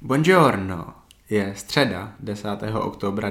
Buongiorno! Je středa 10. oktobra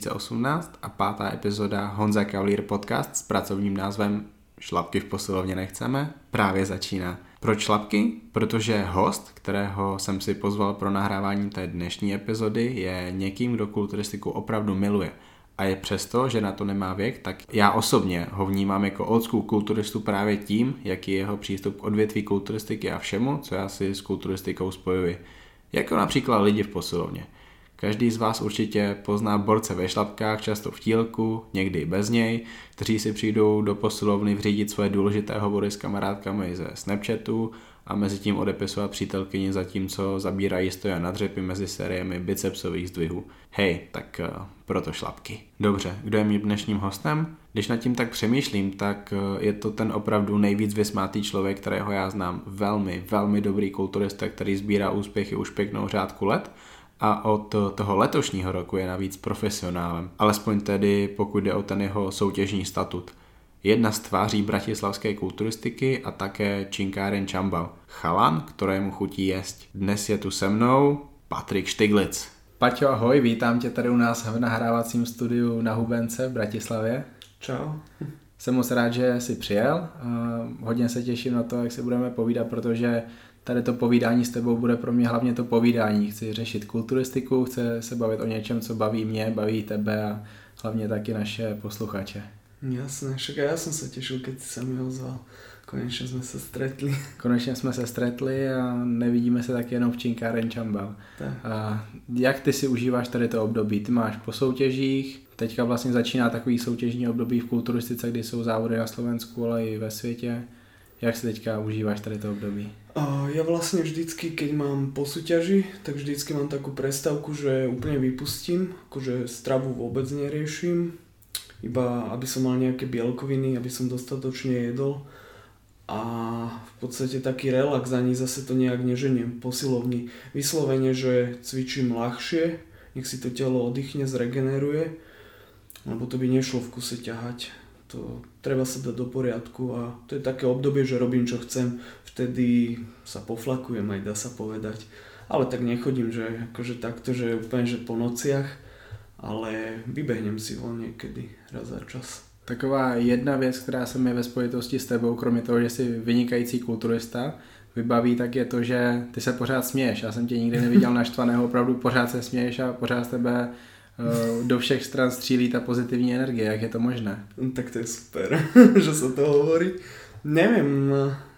2018 a 5. epizoda Honza Cavalier podcast s pracovním názvem Šlapky v posilovně nechceme právě začíná. Proč šlapky? Protože host, kterého jsem si pozval pro nahrávání té dnešní epizody, je někým, kdo kulturistiku opravdu miluje. A je přesto, že na to nemá věk, tak já osobně ho vnímám jako old school kulturistu právě tím, jaký je jeho přístup k odvětví kulturistiky a všemu, co já si s kulturistikou spojuji. Jako například lidi v posilovně. Každý z vás určitě pozná borce ve šlapkách, často v tílku, někdy i bez něj, kteří si přijdou do posilovny vřídit svoje důležité hovory s kamarádkami ze Snapchatu a mezi tím odepisovat přítelkyni zatímco zabírají stoja na dřepy mezi sériemi bicepsových zdvihů. Hej, tak proto šlapky. Dobře, kdo je mým dnešním hostem? Když nad tím tak přemýšlím, tak je to ten opravdu nejvíc vysmátý člověk, kterého já znám. Velmi dobrý kulturista, který sbírá úspěchy už pěknou řádku let a od toho letošního roku je navíc profesionálem. Alespoň tedy, pokud jde o ten jeho soutěžní statut. Jedna z tváří bratislavské kulturistiky a také činkáren Čambal. Chalan, ktorému chutí jesť. Dnes je tu se mnou Patrik Štiglic. Paťo, ahoj, vítám tě tady u nás v nahrávacím studiu na Hubence v Bratislavě. Čau. Jsem moc rád, že jsi přijel. Hodně se těším na to, jak se budeme povídat, protože tady to povídání s tebou bude pro mě hlavně to povídání. Chci řešit kulturistiku, chci se bavit o něčem, co baví mě, baví tebe a hlavně taky naše posluchače. Jasné, však ja som sa tešil, keď si sa mi ozval. Konečne sme sa stretli. Konečně jsme se stretli a nevidíme se taky jenom v činkáren Čambal. A jak ty si užíváš tady to období? Ty máš po soutěžích, teďka vlastně začíná takový soutěžní období v kulturistice, kdy jsou závody na Slovensku, ale i ve světě. Jak si teďka užíváš tady to období? Ja vlastne vždycky, keď mám po súťaži, tak vždycky mám takú prestávku, že úplne vypustím, akože stravu vôbec neriešim, iba aby som mal nejaké bielkoviny, aby som dostatočne jedol a v podstate taký relax, ani zase to nejak neženiem posilovni. Vyslovene, že cvičím ľahšie, nech si to telo oddychne, zregeneruje, lebo to by nešlo v kuse ťahať. To treba sa dať do poriadku a to je také obdobie, že robím čo chcem, vtedy sa poflakujem, aj dá sa povedať. Ale tak nechodím, že akože takto, že úplne že po nociach, ale vybehnem si ho niekedy raz za čas. Taková jedna věc, která se mi ve spojitosti s tebou, kromě toho, že jsi vynikající kulturista, vybaví, tak je to, že ty se pořád směješ. Já jsem tě nikdy neviděl naštvaného, opravdu pořád se směješ a pořád z tebe do všech stran střílí ta pozitivní energie. Jak je to možné? Tak to je super, že sa to hovorí. Neviem.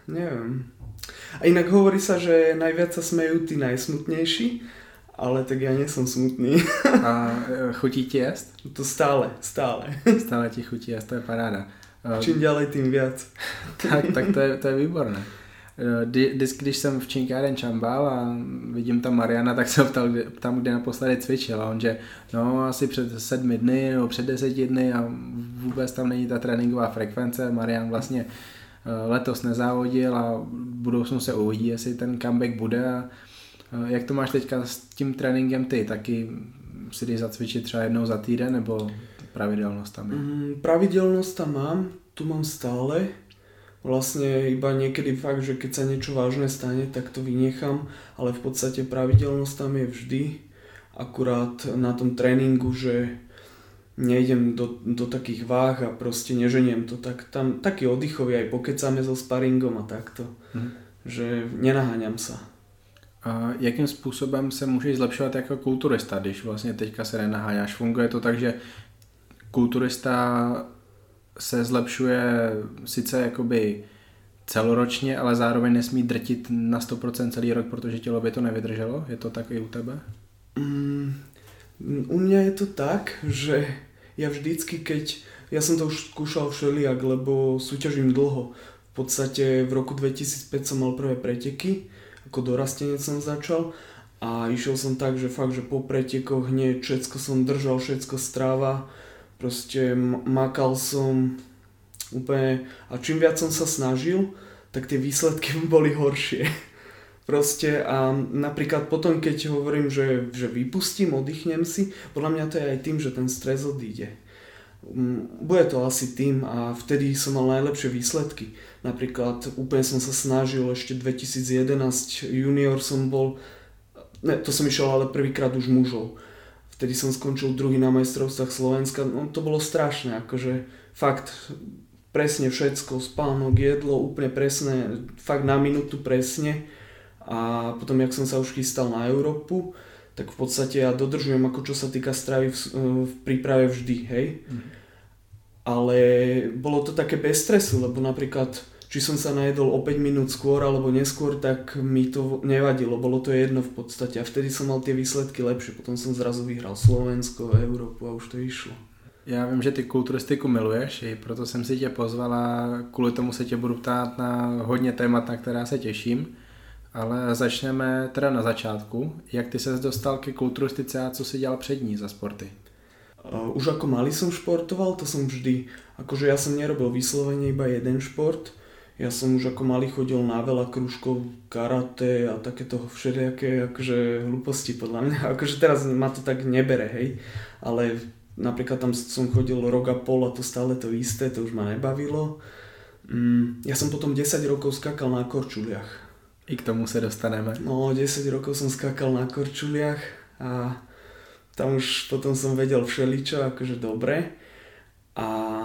A inak hovorí sa, že najviac sa smejú tí najsmutnejší, ale tak ja nie som smutný. A chutí ti jest? To stále. Stále ti chutí jest, to je paráda. Čím ďalej, tým viac. Tak to je výborné. Když jsem v činkáren Čambal a vidím tam Mariana, tak se ptal tam, kde naposledy cvičil a on, že no asi před 7 dny nebo před 10 dny a vůbec tam není ta tréninková frekvence. Marian vlastně letos nezávodil a v budoucnu se uvidí, jestli ten comeback bude. A jak to máš teďka s tím tréninkem ty? Taky si jdeš zacvičit třeba jednou za týden nebo pravidelnost tam je? Pravidelnosť tam mám, tu mám stále. Vlastne iba niekedy fakt, že keď sa niečo vážne stane, tak to vynechám, ale v podstate pravidelnosť tam je vždy. Akurát na tom tréningu, že nejdem do takých váh a proste neženiem to, tak tam taký oddychový aj pokecáme so sparingom a takto, že nenaháňam sa. A jakým způsobem se můžeš zlepšovat jako kulturista, když vlastně teďka se nenaháňáš? Funguje to tak, že kulturista se zlepšuje sice jakoby celoročně, ale zároveň nesmí drtit na 100% celý rok, protože tělo by to nevydrželo? Je to tak i u tebe? U mňa je to tak, že ja vždycky, ja som to už skúšal všelijak, lebo súťažím dlho. V podstate v roku 2005 som mal prvé preteky, ako dorastenec som začal a išiel som tak, že fakt, že po pretekoch hneď všetko som držal, všetko stráva, proste makal som úplne a čím viac som sa snažil, tak tie výsledky boli horšie. Proste a napríklad potom, keď hovorím, že vypustím, oddychnem si, podľa mňa to je aj tým, že ten stres odíde. Bude to asi tým a vtedy som mal najlepšie výsledky. Napríklad úplne som sa snažil, ešte 2011 junior som bol, Ne, to som išiel ale prvýkrát už mužov. Vtedy som skončil druhý na majstrovstvách Slovenska, no to bolo strašné, akože fakt presne všetko, spánok, jedlo, úplne presné, fakt na minútu presne. A potom, jak som sa už chystal na Európu, tak v podstate ja dodržujem, ako čo sa týka stravy v príprave vždy, hej. Ale bolo to také bez stresu, lebo napríklad, či som sa najedol o 5 minút skôr alebo neskôr, tak mi to nevadilo, bolo to jedno v podstate. A vtedy som mal tie výsledky lepšie, potom som zrazu vyhral Slovensko, Európu a už to išlo. Já vím, že ty kulturistiku miluješ, i proto jsem si tě pozval a kvůli tomu se tě budu ptát na hodně témat, na která se těším. Ale začneme teda na začátku. Jak ty ses dostal ke kulturistice a co si dělal před ní za sporty? Už ako malý som športoval, to som vždy, akože ja som nerobil vyslovene iba jeden šport. Ja som už ako malý chodil na veľa krúžkov, karate a takéto všelijaké akože hlúposti podľa mňa. Akože teraz ma to tak nebere, hej. Ale napríklad tam som chodil rok a pol a to stále to isté, to už ma nebavilo. Ja som potom 10 rokov skakal na korčuliach. I k tomu se dostaneme. No, 10 rokov som skakal na korčuliach a tam už potom som vedel všeličo, akože dobre. A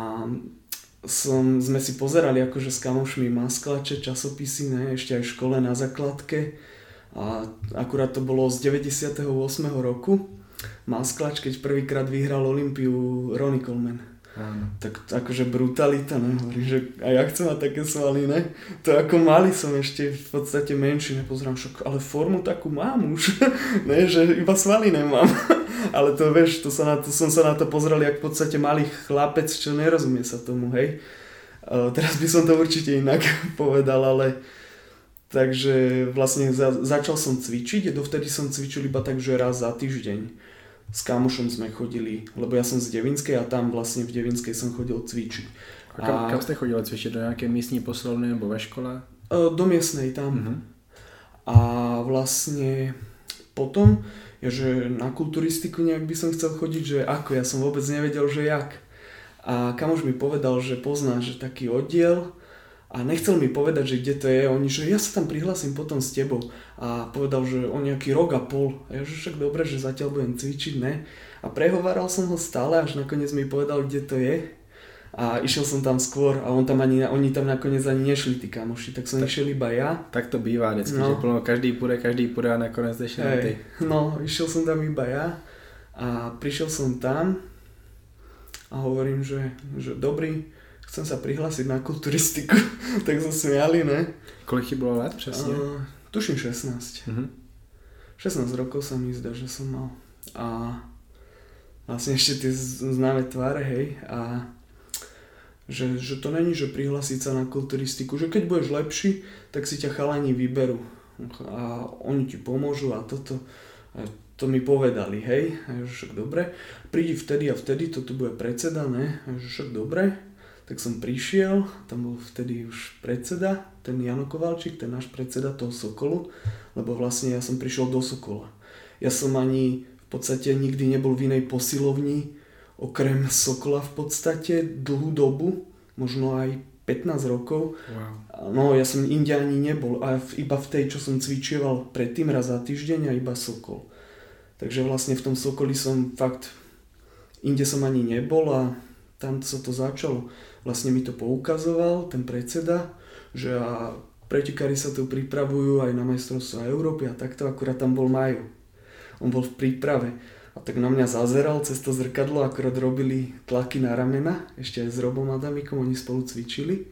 sme si pozerali akože s kamošmi masklače, časopisy, ne, ešte aj v škole na základke. A akurát to bolo z 98. roku. Masklač, keď prvýkrát vyhral Olympiu Ronnie Coleman. Tak akože brutalita, ne, hovorím, že a ja chcem mať také svaly, ne. To ako malý som ešte v podstate menší, nepozerám, však, ale formu takú mám už, ne, že iba svaly nemám. Ale to vieš, som sa na to pozrel jak v podstate malý chlapec, čo nerozumie sa tomu, hej. Teraz by som to určite inak povedal, ale takže vlastne začal som cvičiť, dovtedy som cvičil iba tak, že raz za týždeň. S kamošom sme chodili, lebo ja som z Devinskej a tam vlastne v Devinskej som chodil cvičiť. A kam ste chodili cvičiť? Do nejakej místní posilovny nebo ve škole? Do miestnej tam. A vlastne potom, že na kulturistiku nejak by som chcel chodiť, že ako, ja som vôbec nevedel, že jak. A kamoš mi povedal, že pozná, že taký oddiel a nechcel mi povedať, že kde to je. Oni, že ja sa tam prihlásim potom s tebou. A povedal, že o nejaký rok a pol. A ja, že však dobre, že zatiaľ budem cvičiť, ne? A prehováral som ho stále, až nakoniec mi povedal, kde to je. A išiel som tam skôr a oni tam nakoniec ani nešli, tí kamoši, tak som išiel iba ja. Tak to bývá vždycky, že plno každý půjde a nakonec jdeš na ty. No, išiel som tam iba ja a prišiel som tam a hovorím, že dobrý, chcem sa prihlásiť na kulturistiku. Tak sa smiali, ne? Kolik ti bylo let přesně? Tuším 16. 16 rokov sa mi zdá, že som mal. A vlastne ešte tie známe tváre, hej. A že to není, že prihlásiť sa na kulturistiku, že keď budeš lepší, tak si ťa chalani vyberú. A oni ti pomôžu a toto. A to mi povedali, hej. A že však dobre. Prídi vtedy a vtedy, toto bude predseda, ne? A že však dobre. Tak som prišiel, tam bol vtedy už predseda, ten Jano Kovalčík, ten náš predseda toho Sokolu, lebo vlastne ja som prišiel do Sokola. Ja som ani v podstate nikdy nebol v inej posilovni, okrem Sokola v podstate dlhú dobu, možno aj 15 rokov. Wow. No ja som inde ani nebol, a iba v tej, čo som cvičieval predtým raz za týždeň a iba Sokol. Takže vlastne v tom Sokoli som fakt, inde som ani nebol a tam sa to začalo. Vlastne mi to poukazoval ten predseda, že a pretekári sa tu pripravujú aj na majstrovstvá Európy a takto, akurát tam bol Majo. On bol v príprave a tak na mňa zazeral cez to zrkadlo, akurát robili tlaky na ramena, ešte aj s Robom Adamikom, oni spolu cvičili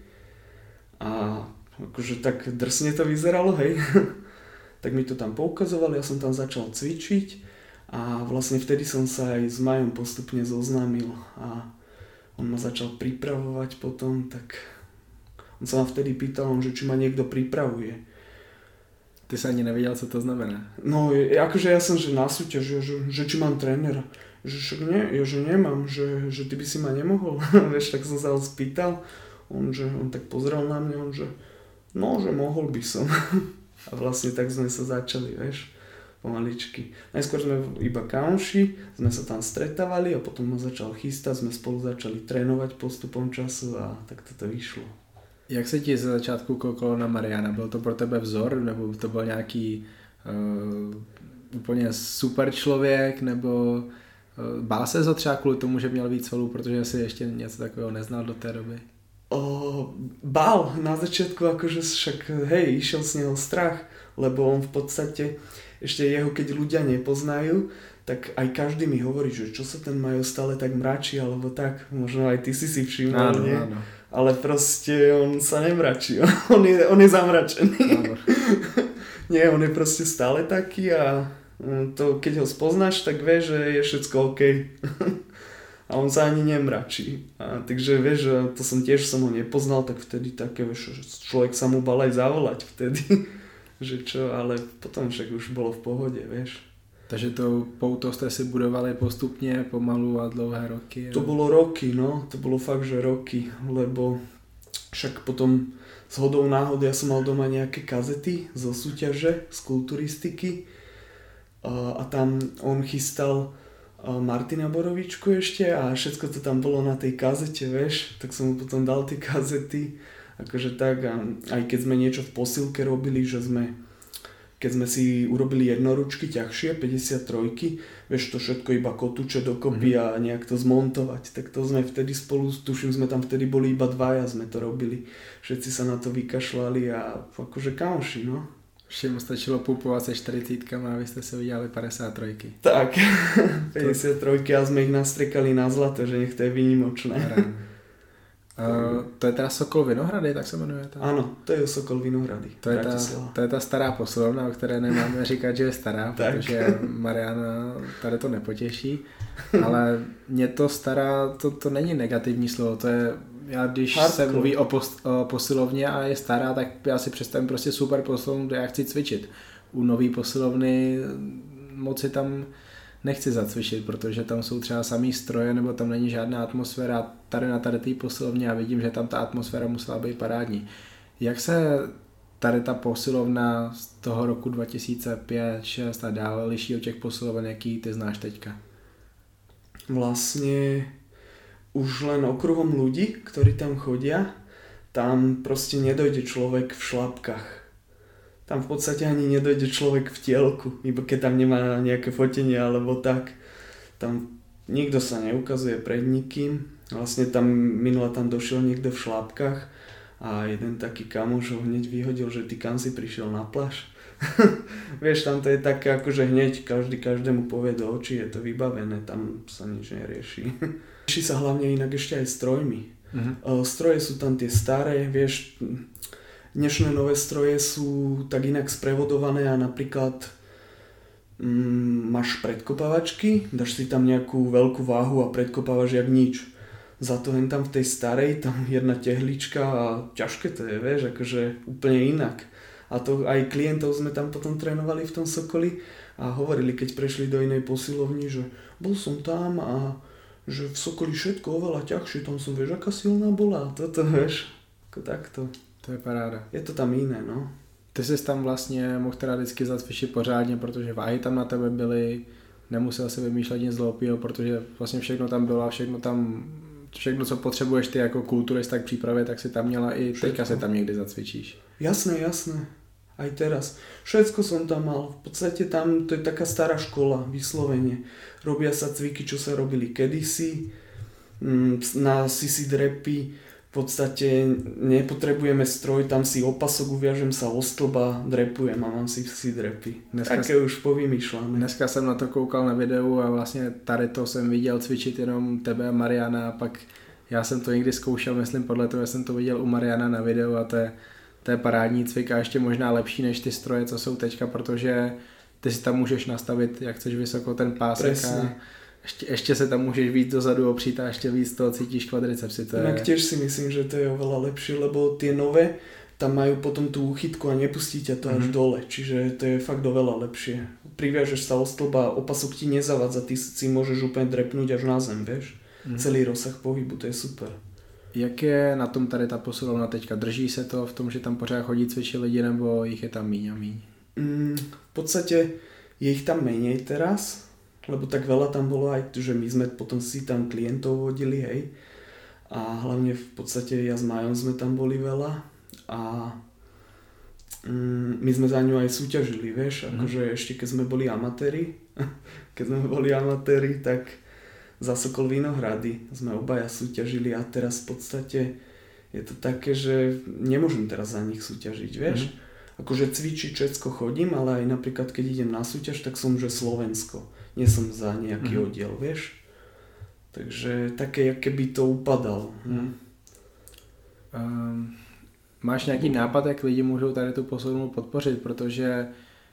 a akože tak drsne to vyzeralo, hej. Tak mi to tam poukazoval, ja som tam začal cvičiť a vlastne vtedy som sa aj s Majom postupne zoznámil a on ma začal pripravovať potom, tak on sa ma vtedy pýtal, že či ma niekto pripravuje. Ty sa ani nevedel, co to znamená? No, akože ja som že na súťaž, že či mám trénera. Že však nie, ja že nemám, že ty by si ma nemohol. Vieš, tak som sa ho spýtal. On tak pozrel na mňa, že mohol by som. A vlastne tak sme sa začali, vieš, pomaličky. Najskôr sme iba kamoši, sme sa tam stretávali a potom ma začal chystať, sme spolu začali trénovať postupom času a tak toto vyšlo. Jak se ti ze začátku koukalo na Mariana? Byl to pro tebe vzor, nebo to byl nějaký úplně super člověk, nebo bál se ho třeba kvůli tomu, že měl víc svalů, protože si ještě něco takového neznal do té doby? Bál na začiatku, akože však hej, išiel z neho strach, lebo on v podstate, ešte jeho keď ľudia nepoznajú, tak aj každý mi hovorí, že čo sa ten Majo stále tak mračí, alebo tak, možno aj ty si všimol, nie? Áno. Ale proste on sa nemračí, on je zamračený. Nie, on je proste stále taký a to, keď ho spoznáš, tak vieš, že je všetko OK. A on sa ani nemračí. Takže vieš, to som ho nepoznal, tak vtedy také, vieš, že človek sa mu bal aj zavolať vtedy. Že čo, ale potom však už bolo v pohode, vieš. Takže to pouto ste si budovali postupne, pomalu a dlouhé roky? To bolo roky, no. To bolo fakt, že roky, lebo však potom z hodou náhody ja som mal doma nejaké kazety zo súťaže, z kulturistiky a tam on chystal Martina Borovičku ešte a všetko to tam bolo na tej kazete, vieš, tak som mu potom dal tie kazety, akože tak a aj keď sme niečo v posilke robili, že keď sme si urobili jednoručky ťažšie, 53, vieš, to všetko iba kotúče dokopy a nejak to zmontovať, tak to sme vtedy spolu, tuším, sme tam vtedy boli iba dvaja, sme to robili, všetci sa na to vykašľali a akože kamoši, no. Všemu stačilo pupovat se 40 a vy jste si udělali 53. Tak, 53 a jsme jich nastrekali na zlato, že nech to je výnimočné. To je teda Sokol Vinohrady, tak se jmenuje to? Ano, to je Sokol Vinohrady. To je ta stará posilovna, o které nemáme říkat, že je stará, protože Mariana tady to nepotěší, ale mě to stará, to není negativní slovo, to je, já když se mluví o posilovně a je stará, tak já si představím prostě super posilovnu, kde já chci cvičit. U nový posilovny moc tam nechci zacvičit, protože tam jsou třeba samý stroje, nebo tam není žádná atmosféra. Tady na tady té posilovně já vidím, že tam ta atmosféra musela být parádní. Jak se tady ta posilovna z toho roku 2005, 2006 a dále liší od těch posiloven, jaký ty znáš teďka? Vlastne už len okruhom ľudí, ktorí tam chodia, tam proste nedojde človek v šlapkách. Tam v podstate ani nedojde človek v tielku, iba keď tam nemá nejaké fotenie alebo tak. Tam nikto sa neukazuje pred nikým. Vlastne tam minule tam došiel niekto v šlapkách a jeden taký kamoš ho hneď vyhodil, že ty kam si prišiel na pláž. Vieš, tam to je také akože hneď každému povie do očí, je to vybavené, tam sa nič nerieši. Rieši sa hlavne inak ešte aj strojmi. Stroje sú tam tie staré, vieš, dnešné nové stroje sú tak inak sprevodované a napríklad máš predkopávačky, dáš si tam nejakú veľkú váhu a predkopávaš jak nič. Za to len tam v tej starej, tam jedna tehlička a ťažké to je, vieš, akože úplne inak. A to aj klientov sme tam potom trénovali v tom Sokoli a hovorili, keď prešli do inej posilovni, že bol som tam a že v Sokoli všetko oveľa ťažšie, tam som, vieš, aká silná bola. Toto, vieš, ako takto. To je paráda. Je to tam jiné, no. Ty jsi tam vlastně mohl teda vždycky zacvičit pořádně, protože váhy tam na tebe byly, nemusel si vymýšlet nic hloupého, protože vlastně všechno tam bylo a všechno, co potřebuješ ty jako kulturista k přípravě, tak si tam měla i teďka se tam někdy zacvičíš. Jasné. Aj teraz. Všetko som tam mal. V podstate tam to je taká stará škola, vyslovene. Robia sa cviky, čo sa robili kedysi. Na sisi drepy v podstate nepotrebujeme stroj, tam si opasok uviažem sa o stĺba, drepujem a mám sisi drepy. Také už povymýšľame. Dneska jsem na to koukal na videu a vlastně tady to jsem viděl cvičit jenom tebe a Mariana a pak já jsem to někdy zkoušel, myslím podle toho, jsem to viděl u Mariana na videu a to je parádní cvik a ještě možná lepší než ty stroje, co jsou teďka, protože ty si tam můžeš nastavit, jak chceš vysoko ten pásek. Presne. A ještě se tam můžeš víc dozadu opřít a ještě víc toho cítíš kvadricepsy. Inak tiež si myslím, že to je oveľa lepšie, lebo tie nové tam majú potom tú úchytku a nepustí ťa to až dole, čiže to je fakt oveľa lepšie. Priviažeš sa o stĺba, opasok ti nezavadza, ty si môžeš úplne drepnúť až na zem, vieš. Celý rozsah pohybu, to je super. Jak je na tom tady ta posilovna teďka? Drží se to v tom, že tam pořád chodí cvičit lidi, nebo jich je tam míň a míň? V podstate je ich tam menej teraz, lebo tak veľa tam bolo aj, že my sme potom si tam klientov vodili, hej. A hlavne v podstate ja s Majom sme tam boli veľa a my sme za ňu aj súťažili, vieš, akože ešte keď sme boli amatéri, tak za Sokol Vinohrady sme obaja súťažili a teraz v podstate je to také, že nemôžem teraz za nich súťažiť, vieš. Akože cvičiť Česko chodím, ale aj napríklad keď idem na súťaž, tak som že Slovensko. Nie som za nejaký oddiel, vieš. Takže také, jak keby to upadalo. Máš nějaký nápad, jak lidi můžou tady tu posilovnu podpořit, protože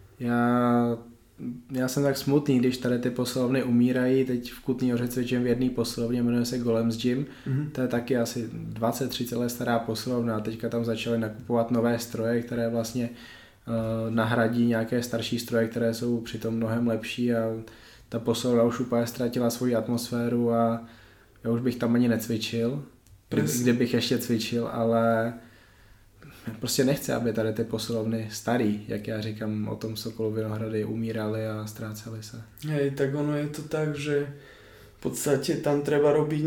já jsem tak smutný, když tady ty posilovny umírají. Teď v Kutný Hoře cvičím v jedné posilovně, jmenuje se Golems Gym. To je taky asi 20-30 let stará posilovna a teďka tam začaly nakupovat nové stroje, které vlastně nahradí nějaké starší stroje, které jsou přitom mnohem lepší a ta posilovna už úplně ztratila svoji atmosféru a já už bych tam ani necvičil, kdybych ještě cvičil, ale prostě nechci, aby tady ty posilovny starý, jak já říkám o tom Sokolu Vinohrady, umírali a ztráceli se. Hej, tak ono je to tak, že v podstate tam treba robiť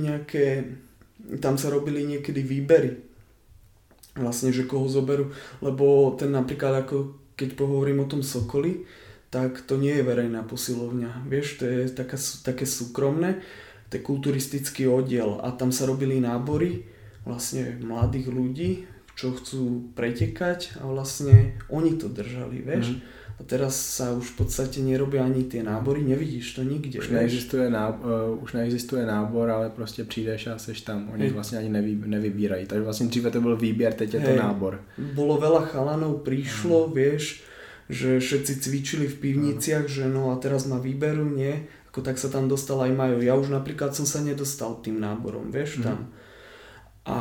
tam sa robili niekedy výbery. Vlastne, že koho zoberú, lebo ten napríklad ako keď pohovorím o tom Sokoli, tak to nie je verejná posilovňa, vieš, to je také súkromné, to je kulturistický oddiel a tam sa robili nábory vlastne mladých ľudí, čo chcú pretekať a vlastne oni to držali, vieš. A teraz sa už v podstate nerobia ani tie nábory, nevidíš to nikde, už vieš. Už neexistuje nábor, ale prostě přijdeš a seš tam, oni vlastně ani nevybírají. Takže vlastně dříve to byl výběr, teď je to nábor. Bolo veľa chalanov, prišlo, vieš, že všetci cvičili v pivniciach, že no a teraz ma výberu, nie, ako tak sa tam dostal aj Majo. Ja už napríklad som sa nedostal tým náborom, vieš, tam. A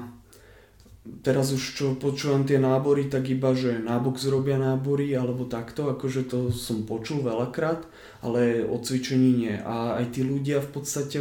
teraz už čo počúvam tie nábory, tak iba, že nábox robia nábory alebo takto, akože to som počul veľakrát, ale o cvičení nie. A aj tí ľudia v podstate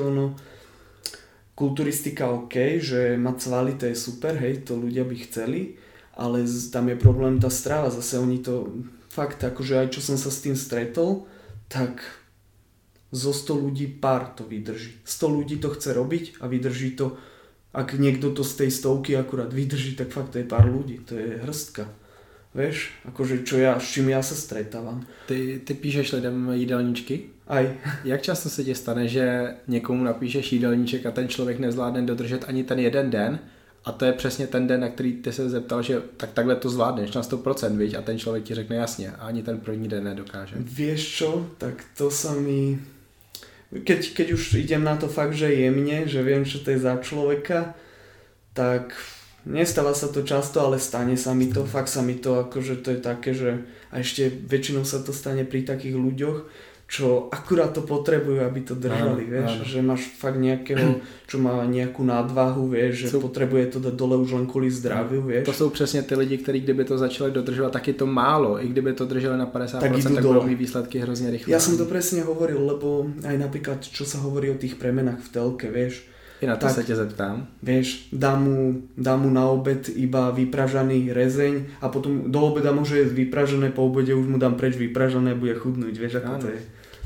kulturistika OK, že mať svaly to je super, hej, to ľudia by chceli, ale tam je problém tá strava, zase oni to fakt, akože aj čo som sa s tým stretol, tak zo 100 ľudí pár to vydrží. 100 ľudí to chce robiť a vydrží to. Ak niekto to z tej stovky akurát vydrží, tak fakt to je pár ľudí, to je hrstka. Vieš, akože s čím ja sa stretávam. Ty píšeš lidem jídelníčky? Aj. Jak často se ti stane, že někomu napíšeš jídelníček a ten člověk nezvládne dodržet ani ten jeden den a to je přesně ten den, na který ty se zeptal, že takhle to zvládneš na 100%, viď? A ten člověk ti řekne jasně a ani ten první den nedokáže. Vieš čo, tak to sa mi... Keď už idem na to fakt, že jemne, že viem, čo to je za človeka, tak nestáva sa to často, ale stane sa mi to, fakt sa mi to, akože to je také, že a ešte väčšinou sa to stane pri takých ľuďoch, čo akurát to potrebujú, aby to držali, vieš, že máš fakt nejakého, čo má nejakú nadvahu, vieš, že potrebuje to dať dole už len kvôli zdraviu, vieš. To jsou přesně ty lidi, kteří kdyby to začali dodržovat, tak je to málo, i kdyby to drželi na 50%, tak budou mít výsledky hrozně rychle. Ja som to presne hovoril, lebo aj napríklad, čo sa hovorí o tých premenách v telke, vieš. I na to sa ťa zeptám. Vieš, dá mu na obed iba vypražaný rezeň a potom do obeda môže jesť vypražené, po obede už mu dám preč vypražené a bude chudnúť, vieš, ako to je.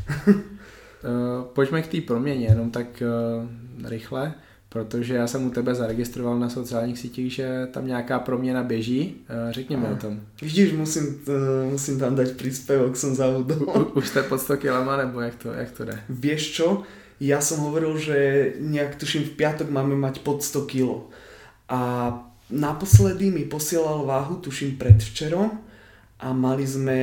Pojďme k té proměně, jenom tak rychle, protože já jsem u tebe zaregistroval na sociálních sítích, že tam nějaká proměna běží. Řekni mi o tom. Vidíš, musím tam dať príspevok, som zabudol. Už jste pod 100 kilama, nebo jak to jde? Vieš čo? Ja som hovoril, že nejak tuším v piatok máme mať pod 100 kg. A naposledy mi posielal váhu, tuším predvčerom, a mali sme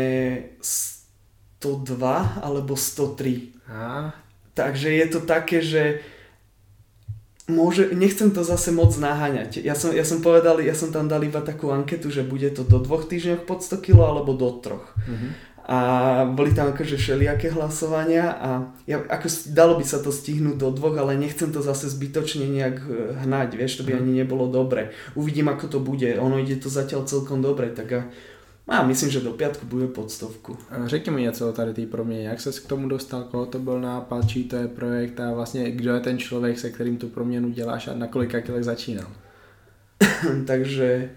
102 alebo 103. Takže je to také, že nechcem to zase moc naháňať. Ja som tam dal iba takú anketu, že bude to do 2 týždňoch pod 100 kg alebo do 3. A boli tam akože všelijaké hlasovania a dalo by sa to stihnúť do 2, ale nechcem to zase zbytočne nejak hnať, vieš, to by ani nebolo dobre. Uvidím, ako to bude, ono ide to zatiaľ celkom dobre, tak myslím, že do piatku bude pod 100. Řekni mi něco o tady té proměně, jak ses k tomu dostal, koho to byl nápad, čí to je projekt a vlastně kdo je ten člověk, se kterým tu proměnu děláš a na kolika kilech začínal? Takže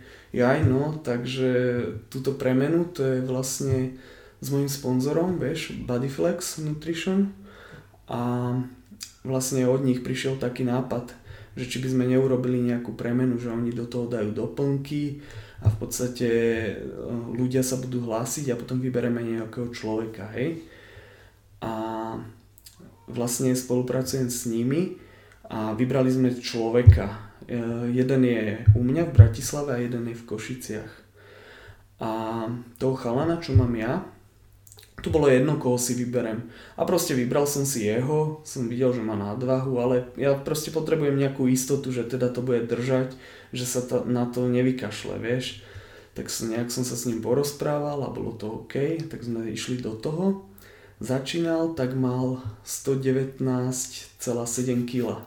túto premenu to je vlastne s mojím sponzorom, vieš, Bodyflex Nutrition, a vlastne od nich prišiel taký nápad, že či by sme neurobili nejakú premenu, že oni do toho dajú doplnky a v podstate ľudia sa budú hlásiť a potom vybereme nejakého človeka, hej. A vlastne spolupracujem s nimi a vybrali sme človeka. Jeden je u mňa v Bratislave a jeden je v Košiciach. A toho chalana, čo mám ja, tu bolo jedno, koho si vyberem. A proste vybral som si jeho, som videl, že má nadvahu, ale ja proste potrebujem nejakú istotu, že teda to bude držať, že sa na to nevykašle, vieš. Tak nejak som sa s ním porozprával a bolo to OK, tak sme išli do toho. Začínal, tak mal 119,7 kg.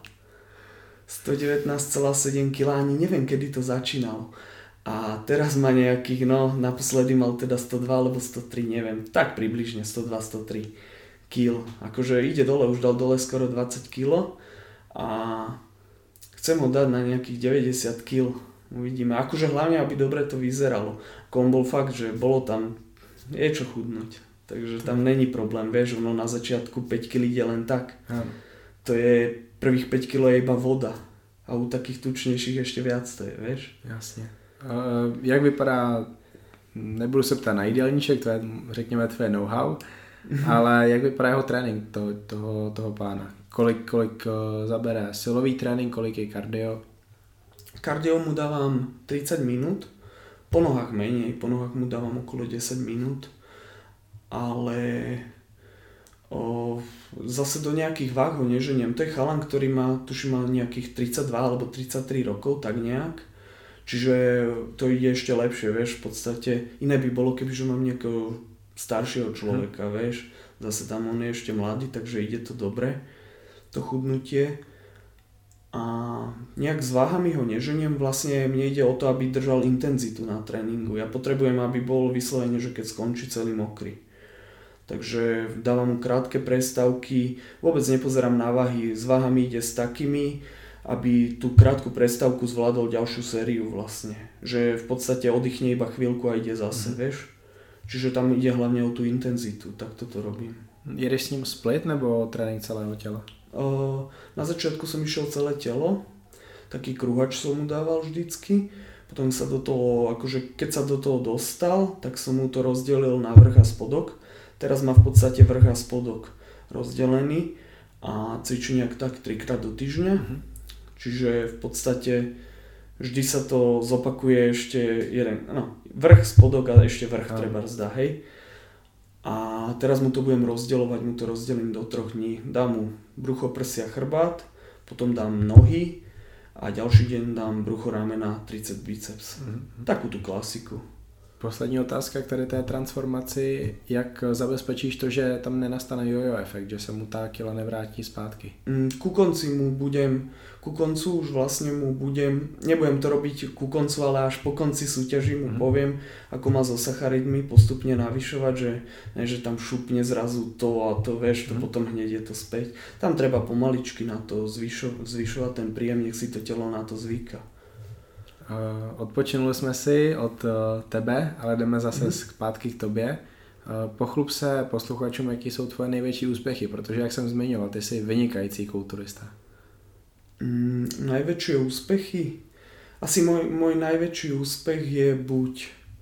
119,7 kg, ani neviem, kedy to začínalo. A teraz má nejakých, naposledy mal teda 102 alebo 103, neviem, tak približne 102-103 kg. Akože ide dole, už dal dole skoro 20 kg a chcem ho dať na nejakých 90 kg. Uvidíme. Akože hlavne, aby dobre to vyzeralo. On bol fakt, že bolo tam, je čo chudnúť. Takže tam není problém, vieš, ono na začiatku 5 kg ide len tak. To je, prvých 5 kg je iba voda. A u takých tučnějších ještě viac to je, vieš? Jasně. Jak vypadá, nebudu se ptát na jídelníček, to je, řekněme, tvoje know-how, ale jak vypadá jeho trénink toho pána? Kolik zabere silový trénink, kolik je kardio? Kardio mu dávam 30 minút, po nohách menej, po nohách mu dávam okolo 10 minút, ale zase do nejakých váh ho neženiem. To je chalan, ktorý má, tuším, má nejakých 32 alebo 33 rokov, tak nejak. Čiže to ide ešte lepšie, vieš, v podstate. Iné by bolo, kebyže mám nejakého staršieho človeka, vieš. Zase tam on je ešte mladý, takže ide to dobre, to chudnutie. A nejak s váhami ho neženiem, vlastne mne ide o to, aby držal intenzitu na tréningu. Ja potrebujem, aby bol vyslovene, že keď skončí celý mokrý. Takže dávam mu krátke prestávky, vôbec nepozerám na váhy, s váhami ide s takými, aby tú krátku prestávku zvládol ďalšiu sériu vlastne. Že v podstate oddychne iba chvíľku a ide zase, vieš. Čiže tam ide hlavne o tú intenzitu, tak toto robím. Jedeš s ním split nebo trénink celého tela? Na začiatku som išiel celé telo, taký kruhač som mu dával vždycky. Potom sa do toho, akože keď sa do toho dostal, tak som mu to rozdelil na vrch a spodok. Teraz má v podstate vrch a spodok rozdelený a cvičí nejak tak 3-krát do týždňa. Čiže v podstate vždy sa to zopakuje ešte jeden, vrch, spodok a ešte vrch treba zdá, hej. A teraz mu to budem rozdeľovať, mu to rozdelím do 3 dní. Dám mu brucho, prsia, chrbát, potom dám nohy a ďalší deň dám brucho, ramena, tricep, biceps. Takú tú klasiku. Poslední otázka k tady té transformaci. Jak zabezpečíš to, že tam nenastane jojo efekt, že se mu tá kila nevrátí zpátky? Ku koncu už vlastne mu budem, nebudem to robiť ku koncu, ale až po konci súťaží mu poviem, ako má so sacharidmi postupne navyšovať, že tam šupne zrazu to a to, vieš, to potom hneď je to späť. Tam treba pomaličky na to zvyšovať ten príjem, nech si to telo na to zvyká. Odpočinuli jsme si od tebe, ale jdeme zase zpátky k tobě. Pochlup se posluchačům, jaký jsou tvoje největší úspěchy, protože jak jsem zmiňoval, ty jsi vynikající kulturista. Najväčšie úspechy? Asi môj najväčší úspech je buď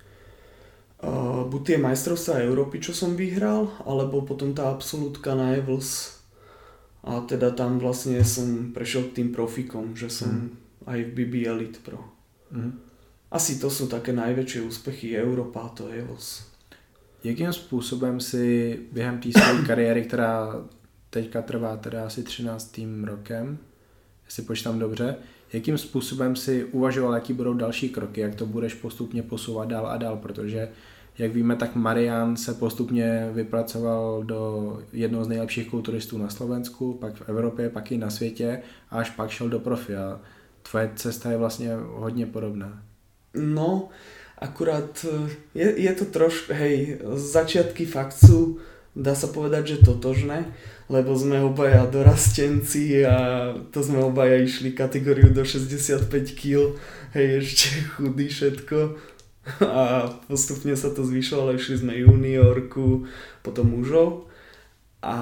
tie majstrovstvá Európy, čo som vyhral, alebo potom tá absolútka na Evels. A teda tam vlastne som prešiel k tým profikom, že som aj v BB Elite Pro. Asi to sú také najväčšie úspechy Európa, to Evels. Jakým způsobem si během té své kariéry, která teďka trvá teda asi 13. rokem, jestli počítám dobře, jakým způsobem si uvažoval, jaký budou další kroky, jak to budeš postupně posouvat dál a dál, protože jak víme, tak Marián se postupně vypracoval do jednoho z nejlepších kulturistů na Slovensku, pak v Evropě, pak i na světě a až pak šel do profi a tvoje cesta je vlastně hodně podobná. No, akurát je to trošku, začiatky fakt sú, dá sa povedať, že totožné, lebo sme obaja dorastenci a to sme obaja išli kategóriu do 65 kg, ešte chudý všetko a postupne sa to zvyšovalo, išli sme juniorku, potom mužov a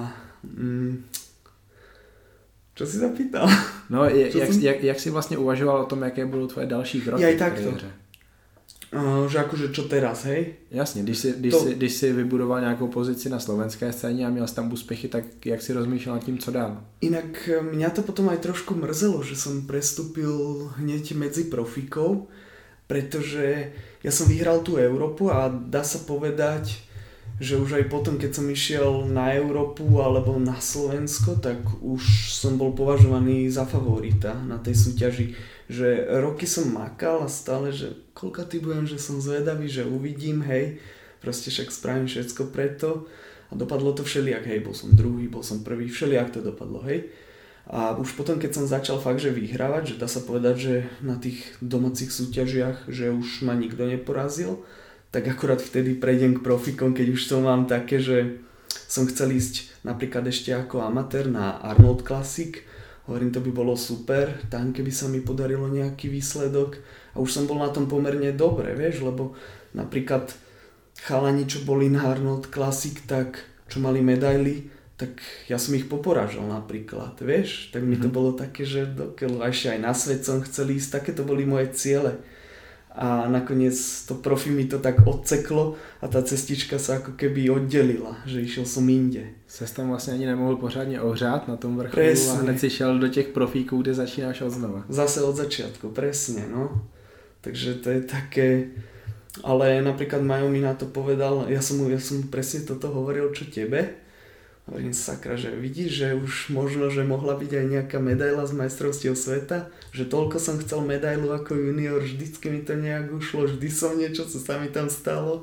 čo si zapýtal? No, jak si vlastně uvažoval o tom, jaké budou tvoje další kroky v kariéře? Že akože čo teraz, hej? Jasně, když si vybudoval nějakou pozici na slovenské scéně a měl jsi tam úspěchy, tak jak si rozmýšlel nad tím, co dál? Inak mňa to potom aj trošku mrzelo, že som prestúpil hneď medzi profíkov, pretože ja som vyhral tú Európu a dá sa povedať, že už aj potom, keď som išiel na Európu alebo na Slovensko, tak už som bol považovaný za favorita na tej súťaži. Že roky som makal a stále, že koľkatý budem, že som zvedavý, že uvidím, hej, proste však spravím všetko preto a dopadlo to všelijak, hej, bol som druhý, bol som prvý, všelijak to dopadlo, hej. A už potom, keď som začal fakt, že vyhrávať, že dá sa povedať, že na tých domácich súťažiach, že už ma nikto neporazil, tak akurát vtedy prejdem k profikom, keď už to mám také, že som chcel ísť napríklad ešte ako amatér na Arnold Classic. Hovorím, to by bolo super, tam keby sa mi podarilo nejaký výsledok. A už som bol na tom pomerne dobre, vieš, lebo napríklad chalani, čo boli na Arnold Classic, tak čo mali medaily, tak ja som ich poporážal napríklad, vieš. Tak mi to bolo také, že dokiaľ ešte aj na svet som chcel ísť, také to boli moje ciele. A nakoniec to profi mi to tak odceklo a tá cestička sa ako keby oddelila, že išiel som inde. Ses tam vlastně ani nemohl pořádně ohřát na tom vrcholu. Presne. A hned si šel do těch profíků, kde začínáš od znova. Zase od začiatku, presne, no. Takže to je také, ale napríklad Majo mi na to povedal, ja som presne toto hovoril, čo tebe. Hovorím, sakra, že vidíš, že už možno, že mohla byť aj nejaká medaila z majstrovstiev sveta, že toľko som chcel medailu ako junior, vždycky mi to nejak ušlo, vždy som niečo, co sa mi tam stalo.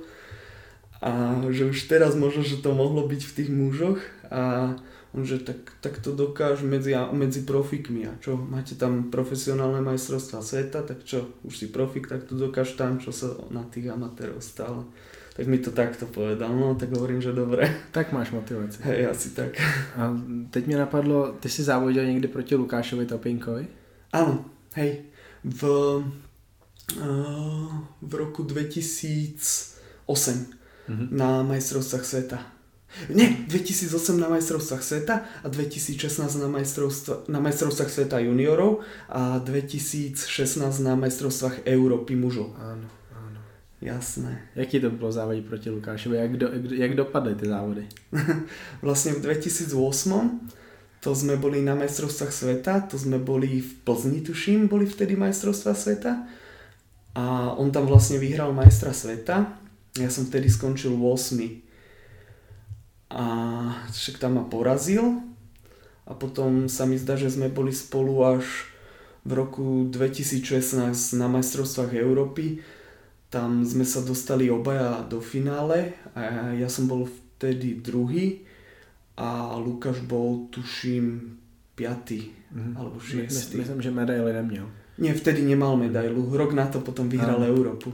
A že už teraz možno, že to mohlo byť v tých mužoch a on, že tak to dokáž medzi profíkmi a čo, máte tam profesionálne majstrovstvá sveta, tak čo, už si profík, tak to dokáž tam, čo sa na tých amatérov stalo. Tak mi to takto povedal, no tak hovorím, že dobré. Tak máš motivaci. Hej, asi tak. A teď mě napadlo, ty jsi závodil někdy proti Lukášovi Topinkovi? Áno, hej. V roku 2008 na majstrovstvách sveta. Nie, 2008 na majstrovstvách sveta a 2016 na majstrovstvách sveta juniorov a 2016 na majstrovstvách Európy mužov. Áno. Jasné. Jaký to bylo závodit proti Lukášovi? Jak dopadly ty závody? Vlastne v 2008 to sme boli na majstrovstvách sveta, to sme boli v Plzni, tuším, boli vtedy majstrovstvá sveta a on tam vlastne vyhral majstra sveta. Ja som vtedy skončil 8. A však tam ma porazil a potom sa mi zdá, že sme boli spolu až v roku 2016 na majstrovstvách Európy. Tam sme sa dostali obaja do finále a ja som bol vtedy druhý a Lukáš bol, tuším, 5. alebo 6. Myslím, že medaily neměl. Nie, vtedy nemal medailu. Rok na to potom vyhral Európu.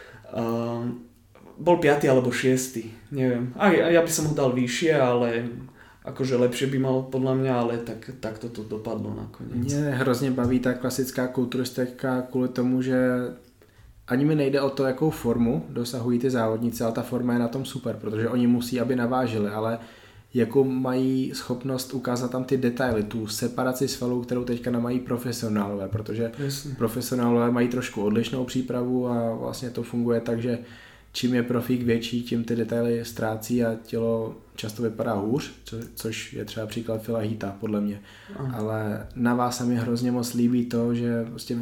Bol 5. alebo 6. Neviem. A ja by som ho dal vyššie, ale akože lepšie by mal podľa mňa, ale tak to dopadlo nakoniec. Mě hrozně baví ta klasická kulturistika kvůli tomu, že ani mi nejde o to, jakou formu dosahují ty závodníci, ale ta forma je na tom super, protože oni musí, aby navážili, ale jakou mají schopnost ukázat tam ty detaily, tu separaci svalů, kterou teďka nemají profesionálové, protože profesionálové mají trošku odlišnou přípravu a vlastně to funguje tak, že čím je profík větší, tím ty detaily ztrácí a tělo často vypadá hůř, což je třeba příklad Phila Heatha, podle mě. Ale na vás se mi hrozně moc líbí to, že prostě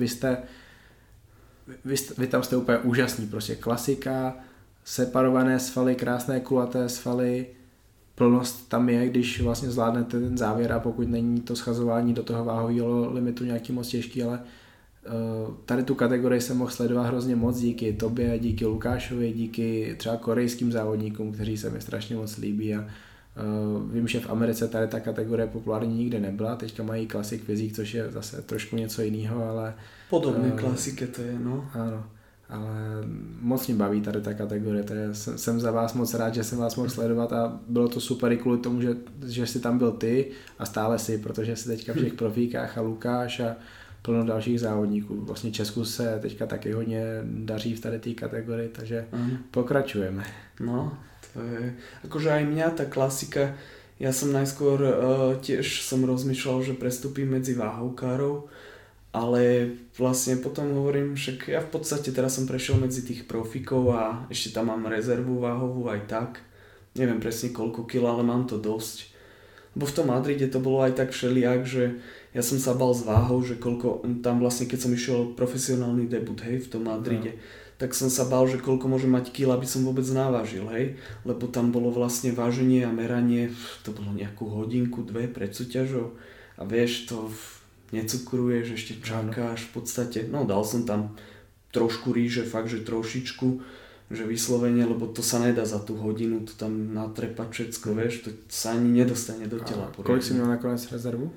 vy tam jste úplně úžasní, prostě klasika, separované svaly, krásné kulaté svaly, plnost tam je, když vlastně zvládnete ten závěr a pokud není to schazování do toho váhového limitu nějaký moc těžký, ale tady tu kategorii jsem mohl sledovat hrozně moc díky tobě, díky Lukášovi, díky třeba korejským závodníkům, kteří se mi strašně moc líbí a vím, že v Americe tady ta kategorie populární nikde nebyla, teďka mají Classic Physique, což je zase trošku něco jiného, ale podobné klasike to je, no. Ano, ale moc mě baví tady ta kategorie, jsem za vás moc rád, že jsem vás mohl sledovat a bylo to super i kvůli tomu, že jsi tam byl ty a stále si, protože jsi teďka v těch profíkách a Lukáš a plno dalších závodníků. Vlastně Česku se teďka taky hodně daří v tady té kategorii, takže pokračujeme. No, to je, akože aj mňa tá klasika, ja som najskôr tiež som rozmýšľal, že prestúpim medzi váhovkárov Ale vlastne potom hovorím, však ja v podstate teraz som prešiel medzi tých profikov a ešte tam mám rezervu váhovú aj tak. Neviem presne koľko kil, ale mám to dosť. Bo v tom Madride to bolo aj tak všelijak, že ja som sa bal s váhou, že koľko tam vlastne, keď som išiel profesionálny debut, hej, v tom Madride, tak som sa bál, že koľko môže mať kil, aby som vôbec navážil, hej. Lebo tam bolo vlastne váženie a meranie, to bolo nejakú hodinku, 2 pred súťažou. A vieš, to necukruješ, ešte čakáš v podstate, no dal som tam trošku ríže, fakt, že trošičku, že vyslovene, lebo to sa nedá za tú hodinu, to tam natrepať všetko, vieš, to sa ani nedostane do tela. Koľko si mal nakoniec rezervu?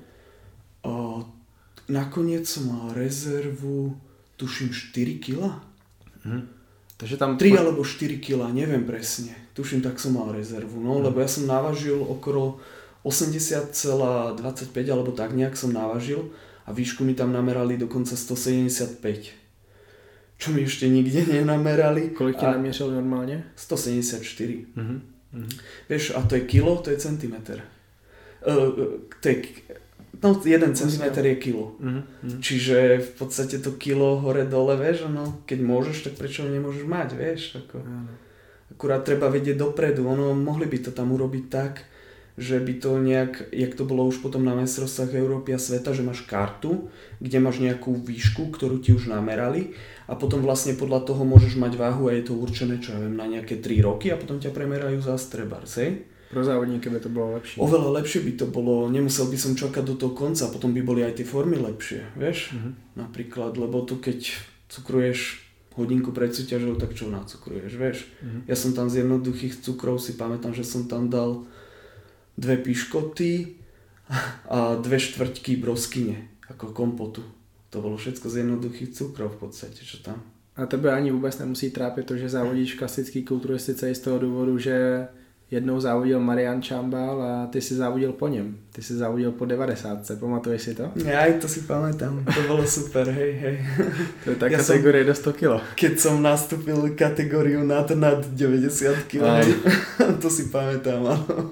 Nakoniec som mal rezervu, tuším 4 kg. Takže tam 3 alebo 4 kg, neviem presne, tuším, tak som mal rezervu, no, lebo ja som navážil okolo 80,25 alebo tak nejak som navážil a výšku mi tam namerali dokonca 175. Čo mi ešte nikde nenamerali. Kolik ti namierali normálne? 174. Vieš, a to je kilo, to je centimeter. To je, no 1 centimeter je kilo. Čiže v podstate to kilo hore dole, vieš, no, keď môžeš, tak prečo ho nemôžeš mať, vieš. Ako. Akurát treba vedieť dopredu, mohli by to tam urobiť tak, že by to nejak, jak to bolo už potom na majstrovstvách Európy a sveta, že máš kartu, kde máš nejakú výšku, ktorú ti už namerali a potom vlastne podľa toho môžeš mať váhu a je to určené, čo ja viem, na nejaké 3 roky a potom ťa premerajú za trebárs, hej? Pro závodníky by to bolo lepšie. Oveľa lepšie by to bolo, nemusel by som čakať do toho konca, potom by boli aj tie formy lepšie, vieš? Napríklad, lebo to keď cukruješ hodinku pred súťažou, tak čo nacukruješ, vieš? Ja som tam z jednoduchých cukrov si pamätám, že som tam dal 2 piškoty a 2 štvrťky broskyne, ako kompotu. To bolo všetko z jednoduchých cukrov v podstate, čo tam. A tebe ani vůbec nemusí trápit to, že závodíš v klasický kulturistice i z toho důvodu, že jednou závodil Marián Čambal a ty si závodil po něm. Ty si závodil po 90. Pamatuješ si to? Ja aj to si pamätám. To bolo super, hej. To je tá kategória do 100 kg. Keď som nastúpil kategóriu nad 90 kg, to si pamätám, áno.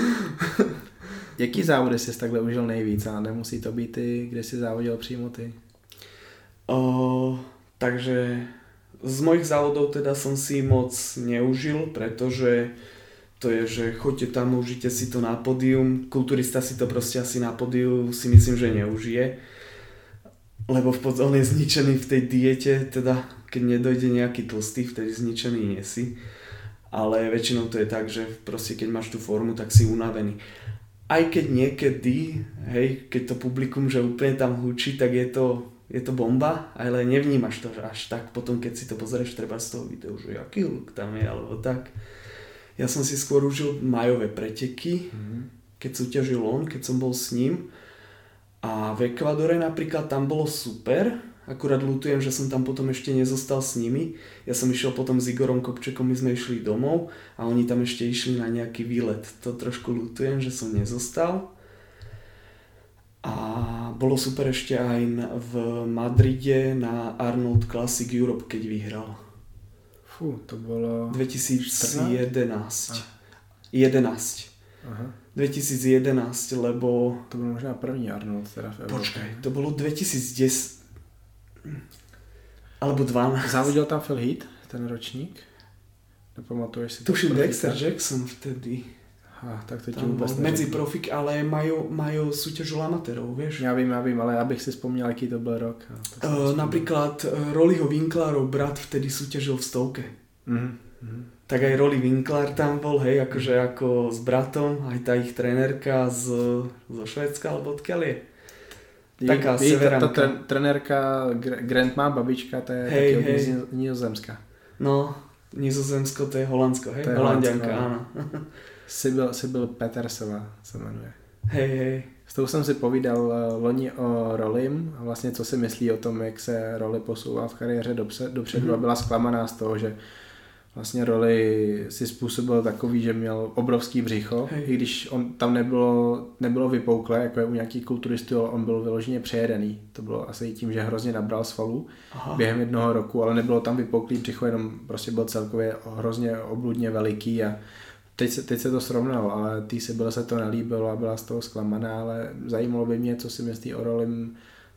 Jaký závody jsi takhle užil nejvíc a nemusí to být ty, kde jsi závodil přímo ty? Takže z mojich závodov teda som si moc neužil, pretože to je, že choďte tam, užite si to na pódium. Kulturista si to proste asi na pódiu si myslím, že neužije. Lebo on je zničený v tej diete, teda keď nedojde nejaký tlstý, vtedy zničený nie si. Ale väčšinou to je tak, že proste keď máš tú formu, tak si unavený. Aj keď niekedy, hej, keď to publikum, že úplne tam hučí, tak je to bomba, ale nevnímaš to až tak potom, keď si to pozrieš treba z toho videu, že aký luk tam je, alebo tak. Ja som si skôr užil majové preteky, keď súťažil on, keď som bol s ním. A v Ekvadore napríklad tam bolo super, akurát ľutujem, že som tam potom ešte nezostal s nimi. Ja som išiel potom s Igorom Kopčekom, my sme išli domov a oni tam ešte išli na nejaký výlet. To trošku ľutujem, že som nezostal. A bolo super ešte aj v Madride na Arnold Classic Europe, keď vyhral. Fú, to bolo... 2011. 11. Aha. 2011, lebo... To bol možná první Arnold teda v Európe. Počkaj, to bolo 2010... Alebo 12. Závodil tam Phil Heath, ten ročník? Nepamatuješ si to? Tuším Dexter Jackson vtedy. Tak to ti vůbec medzi profik, ale majú súťažu amatérov, vieš? Ja vím, ale abych si spomínal, aký to byl rok. Napríklad Rollyho Winklárov brat vtedy súťažil v stovke. Tak aj Rolly Winkler tam bol, hej, akože ako s bratom, aj tá ich trenérka zo Švédska, alebo odkiaľ je? Taká severanka. Trenérka Grandma, babička, to je taky z Nizozemska. No, Nizozemsko to je Holandsko, hej? Holandianka, áno. Sibyl Petersová se jmenuje. Hej. S tou jsem si povídal loni o Rollym a vlastně co si myslí o tom, jak se Rolly posouvá v kariéře dopředu a byla zklamaná z toho, že vlastně Rolly si způsobil takový, že měl obrovský břicho, i když on tam nebylo vypouklé, jako je u nějakých kulturistů, ale on byl vyloženě přejedený. To bylo asi tím, že hrozně nabral svalů během jednoho roku, ale nebylo tam vypouklý břicho, jenom prostě byl celkově hrozně obludně veliký a teď se to srovnalo, ale Sibylle se to nelíbilo a byla z toho zklamaná, ale zajímalo by mě, co si myslí o Rollym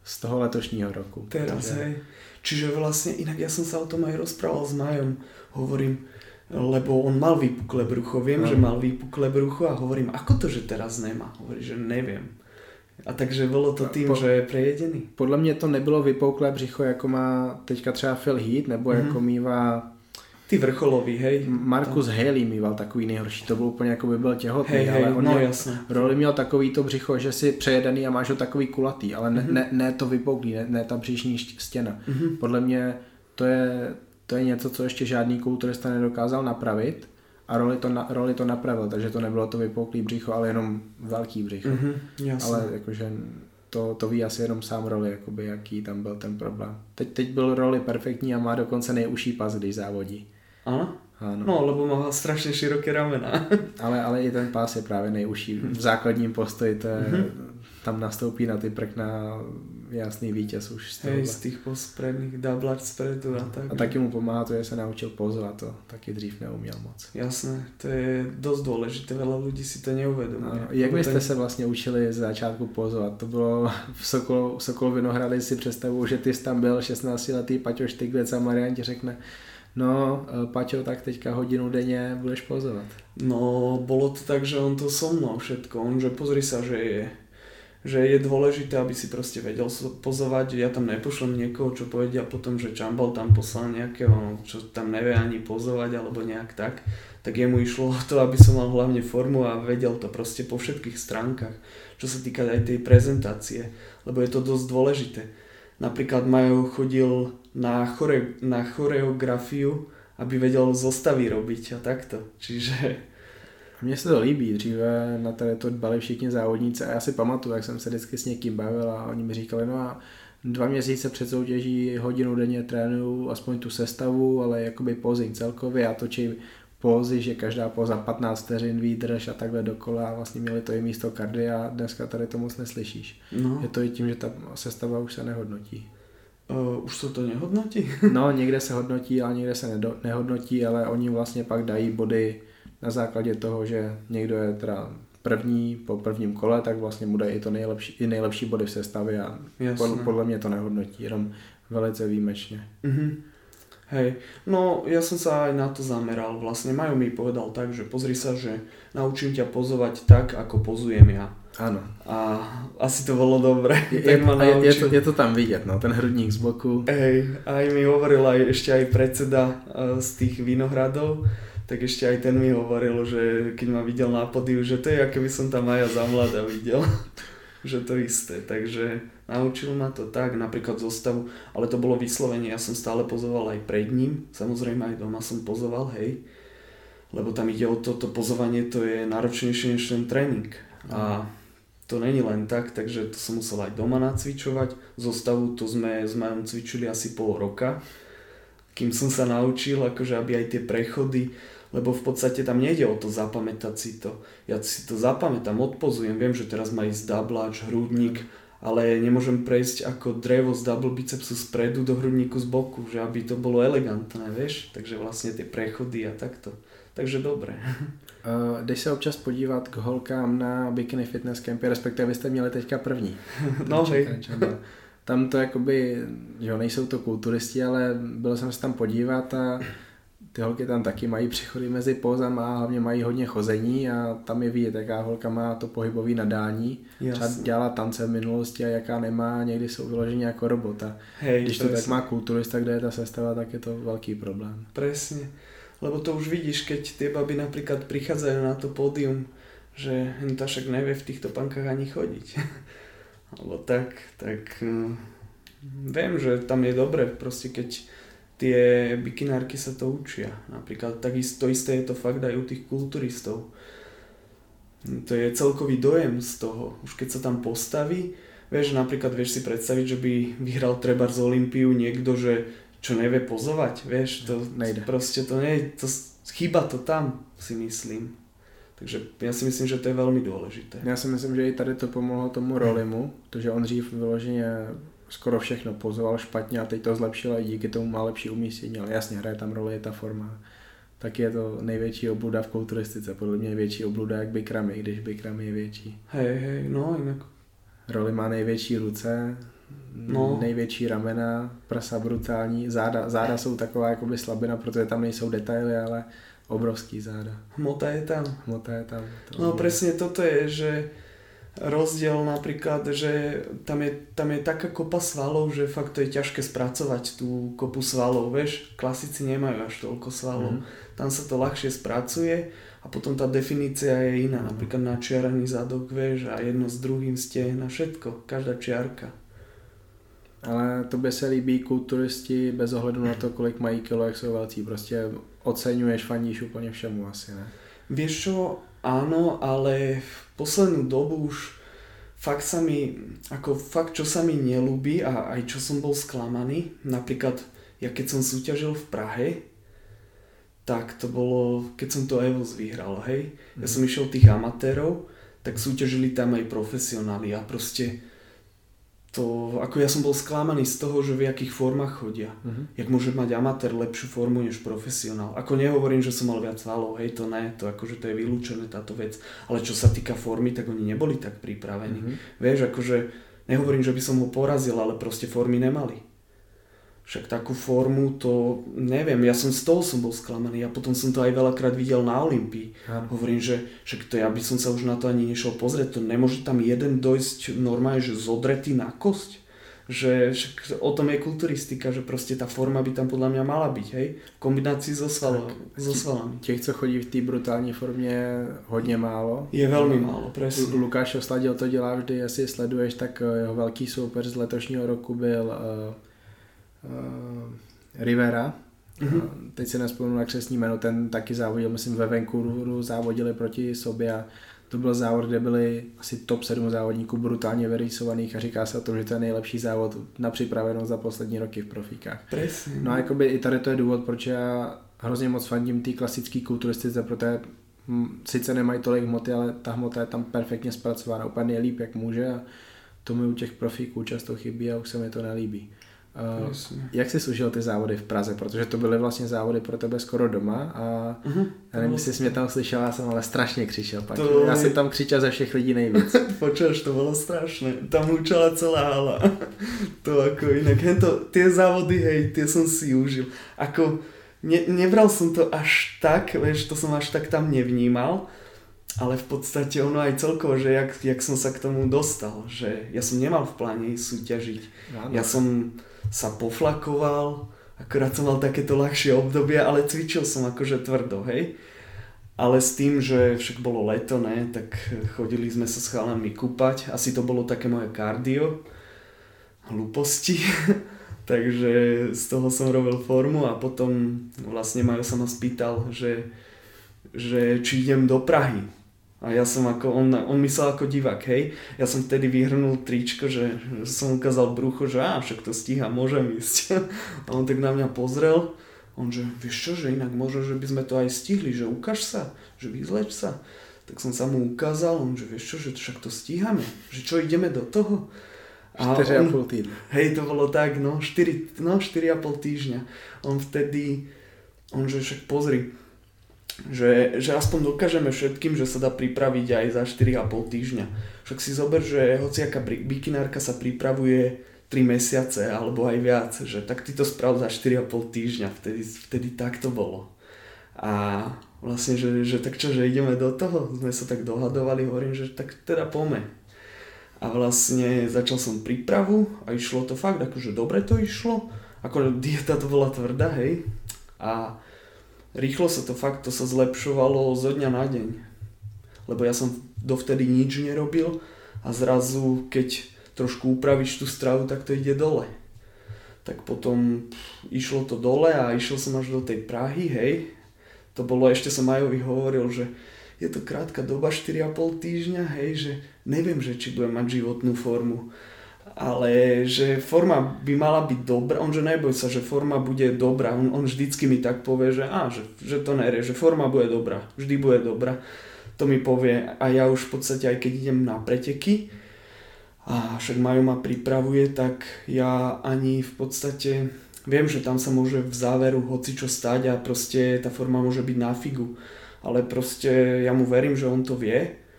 z toho letošního roku. Teraz, hej. Čiže vlastne, inak ja som sa o tom aj rozprával s Majom, hovorím, lebo on mal vypuklé brucho, viem, že mal vypuklé brucho a hovorím, ako to, že teraz nemá? Hovorí, že neviem. A takže bylo to tím, že je prejedený? Podle mě to nebylo vypouklé břicho, jako má teďka třeba Phil Heath, nebo jako mívá ty vrcholový, hej. Marcus Haley mýval takový nejhorší, to byl úplně jako by byl těhotný, hej, ale on no, jasne. Rolly měl takový to břicho, že si přejedený a máš ho takový kulatý, ale ne to vypouklý, ne ta břišní stěna. Podle mě to je něco, co ještě žádný kulturista nedokázal napravit a Rolly to napravil, takže to nebylo to vypouklý břicho, ale jenom velký břicho. Ale jakože to ví asi jenom sám Rolly, jakoby, jaký tam byl ten problém. Teď byl Rolly perfektní a má dokonce nejužší pas, když závodí. Ano? No, lebo má strašně široké ramena. ale i ten pás je právě nejužší. V základním postoji to je, tam nastoupí na ty prkna jasný vítěz už. Hej, z těch postpredných dublač spredu a tak. A taky mu pomáhá to, že se naučil pozovat, to taky dřív neuměl moc. Jasné, to je dost důležité, veľa lidí si to neuvědomuje. Jak byste se vlastně učili z začátku pozovat? To bylo v Sokol Vinohrady, si představuju, že ty jsi tam byl 16letý Paťo Štyglec a Marian ti řekne, no, Paťo, tak teďka hodinu denně budeš pozovat. No, bolo to tak, že on to so mnou všetko, on že pozri sa, že je dôležité, aby si proste vedel pozovať, ja tam nepošlem niekoho, čo povedia potom, že Čambal tam poslal nejakého, čo tam nevie ani pozovať, alebo nejak tak jemu išlo o to, aby som mal hlavne formu a vedel to proste po všetkých stránkach, čo sa týka aj tej prezentácie, lebo je to dosť dôležité. Napríklad Majo chodil na choreografiu, aby vedel zostavy robiť a takto, čiže... Mně se to líbí, dříve na tady to dbali všichni závodníci a já si pamatuju, jak jsem se vždycky s někým bavil a oni mi říkali, no a 2 měsíce před soutěží hodinu denně trénuju aspoň tu sestavu, ale jakoby posing celkově a točí pózy, že každá póza 15 vteřin výdrž a takhle dokola a vlastně měli to i místo kardia a dneska tady to moc neslyšíš. No. Je to i tím, že ta sestava už se nehodnotí. Už se to nehodnotí? No, někde se hodnotí, ale někde se nehodnotí, ale oni vlastně pak dají body na základě toho, že někdo je teda první po prvním kole, tak vlastně mu dají i nejlepší body v sestavě a podle mě to nehodnotí, jenom velice výjimečně. Hej, no ja som sa aj na to zameral, vlastne Majo mi povedal tak, že pozri sa, že naučím ťa pozovať tak, ako pozujem ja. Ano. A asi to bolo dobre. Je to tam vidět, no, ten hrudník z boku. Hej, aj mi hovoril ešte aj predseda z tých Vinohradov, tak ešte aj ten mi hovoril, že keď ma videl na podiu, že to je, ako by som tam aj ja za mladá videl. Že to isté, takže naučil ma to tak, napríklad zostavu, ale to bolo vyslovene, ja som stále pozoval aj pred ním, samozrejme aj doma som pozoval, hej, lebo tam ide o to pozovanie, to je náročnejšie než ten tréning a to není len tak, takže to som musel aj doma nacvičovať, zostavu to sme s Majom cvičili asi pol roka, kým som sa naučil, akože aby aj tie prechody, lebo v podstate tam nejde o to zapamätať si to. Ja si to zapamätám, odpozujem, viem, že teraz má ísť dublač, hrudník, ale nemôžem prejsť ako drevo z double bicepsu spredu do hrudníku z boku, že aby to bolo elegantné, vieš? Takže vlastne tie prechody a takto. Takže dobre. Jdeš se občas podívat k holkám na bikini fitness campy, respektive vy jste měli teďka první. No hej. Tam to jakoby, že nejsou to kulturisti, ale byl jsem se tam podívat a ty holky tam taky mají přechody mezi pózama a hlavně mají hodně chození a tam je vidět, jaká holka má to pohybové nadání. Třeba dělala tance v minulosti a jaká nemá, někdy jsou vyloženi jako robota. Hej, když to tak má kulturista, kde je ta sestava, tak je to velký problém. Presne, lebo to už vidíš, keď tie baby napríklad prichádzajú na to pódium, že ta však nevie v týchto pankách ani chodiť. Alebo tak viem, že tam je dobre, proste keď tie bikinárky sa to učia. Napríklad takisto isté je to fakt aj u tých kulturistov. To je celkový dojem z toho. Už keď sa tam postaví, vieš, napríklad vieš si predstaviť, že by vyhral trebárs z Olympiu niekto, že čo nevie pozovať, vieš, to nejde. Proste to nie, to chýba to tam, si myslím. Takže ja si myslím, že to je veľmi dôležité. Já si myslím, že i tady to pomohlo tomu Rollimu, protože on dřív vyloženě skoro všechno pozoval špatně a teď to zlepšilo a díky tomu má lepší umístění, ale jasně hraje tam roli ta forma. Tak je to největší obluda v kulturistice, podle mě je větší obluda jak Bikrami, když Bikrami je větší. Hej, no jinak. Rolli má největší ruce, největší ramena, prsa brutální, záda jsou taková jakoby slabina, protože tam nejsou detaily, ale obrovský záda. Hmota je tam. To presne toto je, že rozdiel napríklad, že tam je taká kopa svalov, že fakt to je ťažké spracovať tú kopu svalov, vieš, klasici nemajú až toľko svalov. Tam sa to ľahšie spracuje a potom tá definícia je iná, napríklad na čiaraný zadok, vieš, a jedno s druhým stehna, všetko, každá čiarka. Ale tobě se líbí kulturisti bez ohledu na to, kolik mají kilo, jak jsou velcí. Prostě oceňuješ, fandíš úplně všemu asi, ne? Vieš čo, áno, ale v poslednú dobu už fakt čo sa mi nelúbi a aj čo som bol sklamaný, napríklad ja keď som súťažil v Prahe, tak to bolo, keď som to Evos vyhral, hej. Ja som išiel tých amatérov, tak súťažili tam aj profesionáli a proste to, ako ja som bol sklamaný z toho, že v jakých formách chodia. Jak môže mať amatér lepšiu formu než profesionál. Ako nehovorím, že som mal viac valov, hej, to ne, to akože to je vylúčené táto vec. Ale čo sa týka formy, tak oni neboli tak pripravení. Vieš, akože nehovorím, že by som ho porazil, ale proste formy nemali. Však takú formu, to neviem, z toho som bol sklamaný a potom som to aj veľakrát videl na Olympii. Hovorím, že však to ja by som sa už na to ani nešiel pozrieť, to nemôže tam jeden dojsť normálne, že zodretý na kosť. Že však o tom je kulturistika, že proste tá forma by tam podľa mňa mala byť, hej? V kombinácii so svalami. Těch, co chodí v té brutální formě, hodně málo. Je velmi málo, presne. Lukáš Osladil to dělá vždy, jestli sleduješ, tak jeho velký soupeř z letošního roku byl Rivera. Teď se nespomenu na křestní jméno, ten taky závodil, myslím ve Vancouveru závodili proti sobě a to byl závod, kde byli asi top 7 závodníků brutálně vyrýsovaných a říká se o tom, že to je nejlepší závod na připravenou za poslední roky v profíkách. Presne. No a jakoby i tady to je důvod, proč já hrozně moc fandím té klasické kulturistice, protože sice nemají tolik hmoty, ale ta hmota je tam perfektně zpracovaná, úplně nejlíp jak může a to mi u těch profíků často chybí a už se mi to nelíbí. Jak jsi užil ty závody v Praze, protože to byly vlastně závody pro tebe skoro doma a já nevím, jestli jsi mě tam slyšel, já jsem ale strašně křičel pak. Já jsem tam křičel ze všech lidí nejvíc. Počuješ, to bolo strašné, tam húčala celá hala. To ako inak, tie závody, hej, tie som si užil. Ako, nebral som to až tak, vieš, to som až tak tam nevnímal, ale v podstate ono aj celkovo, že jak som sa k tomu dostal, že ja som nemal v pláne súťažiť. Ja som sa poflakoval, akorát som mal takéto ľahšie obdobie, ale cvičil som akože tvrdo, hej. Ale s tým, že však bolo leto, ne, tak chodili sme sa s chalami kúpať, asi to bolo také moje kardio, hlúposti, takže z toho som robil formu a potom vlastne Majo sa ma spýtal, že či idem do Prahy. A ja som ako, on myslel ako divák, hej. Ja som vtedy vyhrnul tričko, že som ukázal brucho, že však to stíham, môžem ísť. A on tak na mňa pozrel, on že, vieš čo, že inak možno, že by sme to aj stihli, že ukáž sa, že vyzleč sa. Tak som sa mu ukázal, on že vieš čo, že však to stíhame, že čo ideme do toho. 4,5 týždňa. Hej, to bolo tak, 4,5 týždňa. On že však pozri, že aspoň dokážeme všetkým, že sa dá pripraviť aj za 4,5 týždňa. Však si zober, že hociaká bikinárka sa pripravuje 3 mesiace alebo aj viac, že tak ty to sprav za 4,5 týždňa, vtedy tak to bolo. A vlastne, že tak čo, že ideme do toho, sme sa tak dohadovali, hovorím, že tak teda poďme. A vlastne začal som prípravu a išlo to fakt, akože dobre to išlo, ako dieta to bola tvrdá, hej, a rýchlo sa to fakt, to sa zlepšovalo zo dňa na deň. Lebo ja som dovtedy nič nerobil a zrazu, keď trošku upravíš tú stravu, tak to ide dole. Tak potom išlo to dole a išiel som až do tej Prahy, hej. To bolo, ešte som Majovi hovoril, že je to krátka doba, 4,5 týždňa, hej, že neviem, že či budem mať životnú formu. Ale že forma by mala byť dobrá, on že neboj sa, že forma bude dobrá, on vždycky mi tak povie, že to nerie, že forma bude dobrá, vždy bude dobrá, to mi povie a ja už v podstate aj keď idem na preteky a však Majo ma pripravuje, tak ja ani v podstate viem, že tam sa môže v záveru hocičo stať a proste tá forma môže byť na figu, ale proste ja mu verím, že on to vie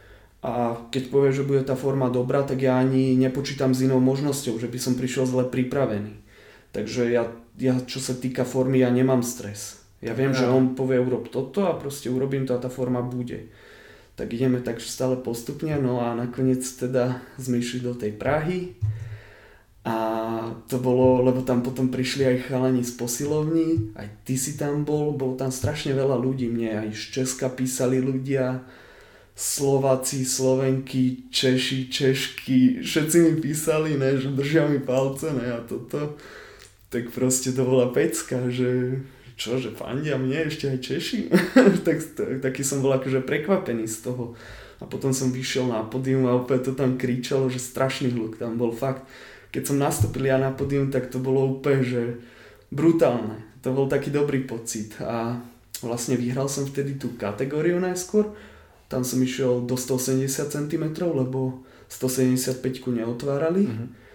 a keď povie, že bude tá forma dobrá, tak ja ani nepočítam s inou možnosťou, že by som prišiel zle pripravený. Takže ja čo sa týka formy, ja nemám stres. Ja viem, že on povie urob toto a proste urobím to a tá forma bude. Tak ideme tak stále postupne, no a nakoniec teda sme išli do tej Prahy a to bolo, lebo tam potom prišli aj chalani z posilovní, aj ty si tam bolo tam strašne veľa ľudí, mne aj z Česka písali ľudia, Slováci, Slovenky, Češi, Češky, všetci mi písali, ne, že držia mi palce, ne, a toto. Tak proste to bola pecka, že čo, že fandia mne ešte aj Češi? Taký som bol akože prekvapený z toho. A potom som vyšiel na pódium a úplne to tam kričalo, že strašný hluk tam bol fakt. Keď som nastúpil ja na pódium, tak to bolo úplne, že brutálne. To bol taký dobrý pocit. A vlastne vyhral som vtedy tú kategóriu najskôr. Tam som išiel do 180 cm, lebo 175 neotvárali.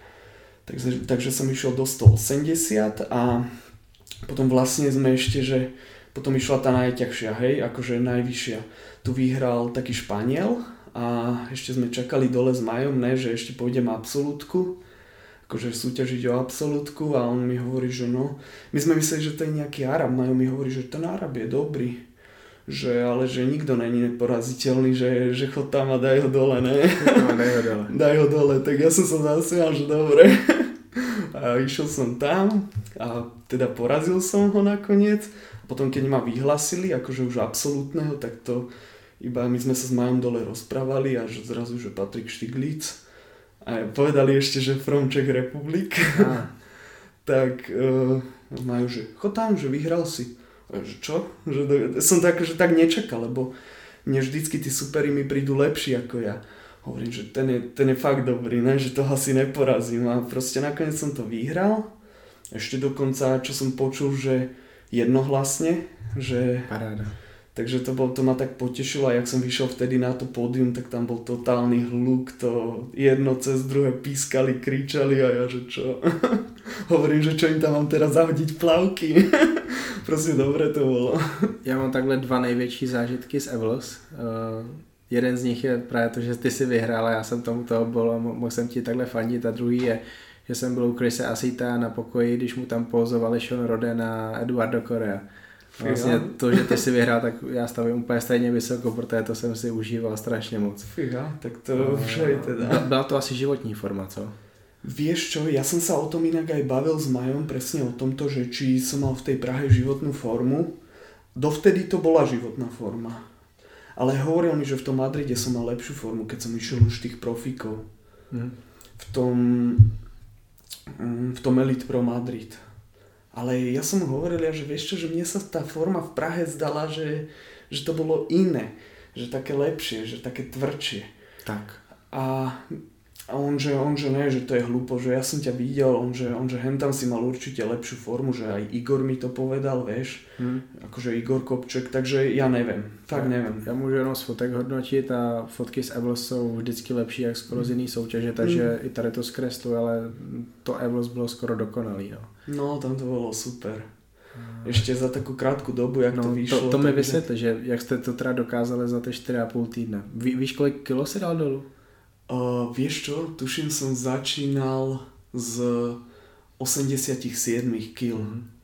Takže som išiel do 180 a potom vlastne sme ešte, že potom išla tá najťažšia, hej, akože najvyššia. Tu vyhral taký Španiel a ešte sme čakali dole s Majom, ne, že ešte pôjdem absolútku, akože súťažiť o absolútku a on mi hovorí, že no, my sme mysleli, že to je nejaký Arab, Majo mi hovorí, že ten Arab je dobrý, že ale že nikto není neporaziteľný, že chod tam a daj ho dole, ne? Daj ho dole, tak ja som sa zasmial, že dobre. A išiel som tam a teda porazil som ho nakoniec. A potom keď ma vyhlasili, akože už absolútneho, tak to iba my sme sa s Majom dole rozprávali a že zrazu, že Patrik Štiglic. A povedali ešte, že from Czech Republic. Tak Majo, že chod tam, že vyhral si. A že čo? Že som tak, že tak nečakal, lebo mne vždycky tí superi mi prídu lepší ako ja. Hovorím, že ten je fakt dobrý, ne? Že toho asi neporazím a proste nakoniec som to vyhral. Ešte dokonca, čo som počul, že jednohlasne, že... Paráda. Takže to ma tak potešilo a jak som vyšiel vtedy na to pódium, tak tam bol totálny hluk, to jedno cez druhé pískali, kričali a ja, že čo? Hovorím, že čo im tam mám teraz zahodiť plavky. Proste dobre to bolo. Já mám takhle dva největší zážitky z Evlos. Jeden z nich je právě to, že ty si vyhrál a já jsem tomu toho byl a mohl jsem ti takhle fandit a druhý je, že jsem byl u Chrise Asita na pokoji, když mu tam pozovali Sean Roden a Eduardo Correa. Vlastně to, že ty si vyhrál, tak já stavím úplně stejně vysoko, protože to jsem si užíval strašně moc. Fíha, tak to už aj teda. Byla to asi životní forma, co? Vieš čo, ja som sa o tom inak aj bavil s Majom presne o tomto, že či som mal v tej Prahe životnú formu. Dovtedy to bola životná forma. Ale hovoril mi, že v tom Madride som mal lepšiu formu, keď som išiel už tých profíkov. V tom Elite Pro Madrid. Ale ja som mu hovoril, že vieš čo, že mne sa tá forma v Prahe zdala, že to bolo iné. Že také lepšie, že také tvrdšie. Tak. A on že ne, že to je hlúpo, že ja som ťa videl, on že hentam si mal určite lepšiu formu, že aj Igor mi to povedal, vieš, akože Igor Kopček, takže ja neviem, fakt neviem. Já můžu jenom z fotek hodnotit a fotky z Evlos jsou vždycky lepší jak skoro z jiný soutěže, takže i tady to zkresluji, ale to Evlos bylo skoro dokonalý. No, tam to bolo super. Ešte za takú krátku dobu, jak to vyšlo. To mi vysvětli, že jak jste to teda dokázali za ty 4,5 týdna. Víš, kolik kilo si dal dolů? Vieš čo, tuším som začínal z 87 kg.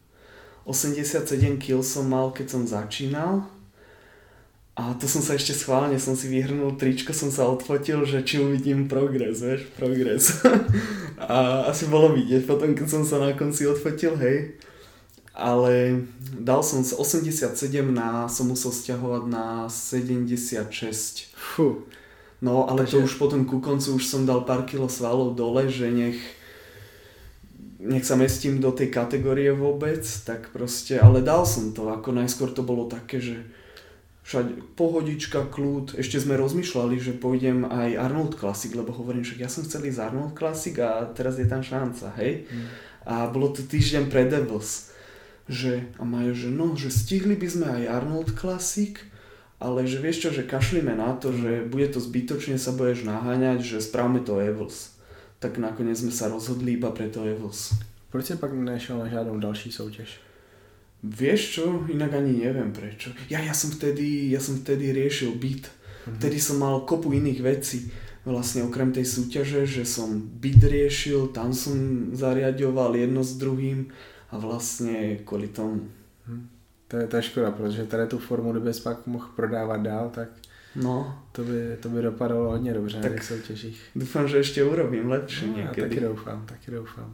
87 kg som mal, keď som začínal. A to som sa ešte schválne, som si vyhrnul tričko, som sa odfotil, že či uvidím progres, vieš, progres. A asi bolo vidieť potom, keď som sa na konci odfotil, hej. Ale dal som z 87 som musel stiahovať na 76. Fú. No, ale to už potom ku koncu už som dal pár kilo svalov dole, že nech sa mestím do tej kategórie vôbec, tak proste, ale dal som to, ako najskôr to bolo také, že všade pohodička, kľud, ešte sme rozmýšľali, že pôjdem aj Arnold Classic, lebo hovorím, že ja som chcel ísť Arnold Classic a teraz je tam šanca, hej? A bolo to týždeň pre Devils, že, a Majo, že no, že stihli by sme aj Arnold Classic, ale že vieš čo, že kašlíme na to, že bude to zbytočne sa budeš naháňať, že správme to Evils. Tak nakoniec sme sa rozhodli iba pre to Evils. Proč si pak nešel na žádnou další soutěž? Vieš čo, inak ani neviem prečo. Ja som vtedy riešil beat. Vtedy som mal kopu iných vecí. Vlastne okrem tej súťaže, že som byt riešil, tam som zariaďoval jedno s druhým a vlastne kvôli tomu. To je škoda, protože tady tu formu, kdybys pak mohl prodávat dál, tak no, to by dopadalo hodně dobře na těch soutěžích. Dúfam, že ešte urobím lepšie niekedy. Taky doufám.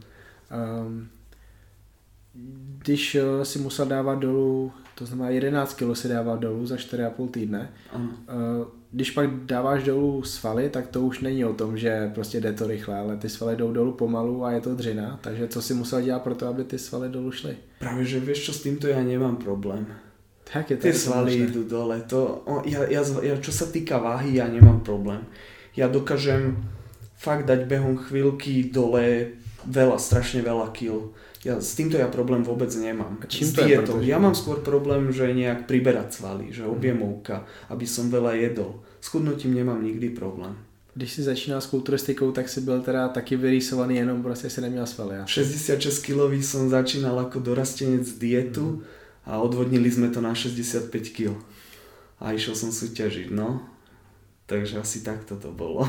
Když si musel dávat dolů, to znamená 11 kg si dával dolů za 4,5 týdne, když pak dáváš dolů svaly, tak to už není o tom, že prostě jde to rychle, ale ty svaly jdou dolů pomalu a je to dřina, takže co si musel dělat pro to, aby ty svaly dolů šly? Práve, že vieš čo, s týmto ja nemám problém. Tak je to tie svaly idú dole. Ja, čo sa týka váhy, ja nemám problém. Ja dokážem fakt dať behom chvíľky dole strašne veľa kil. S týmto ja problém vôbec nemám. A čím to je? Ja mám skôr problém, že nejak priberať svaly, že objemovka, aby som veľa jedol. S chudnutím nemám nikdy problém. Když si začínal s kulturistikou, tak si byl teda taky vyrýsovaný, jenom prostě si neměl svaly. 66 kilový som začínal ako dorastenec dietu a odvodnili sme to na 65 kg. A išiel som súťažiť, no. Takže asi takto to bolo.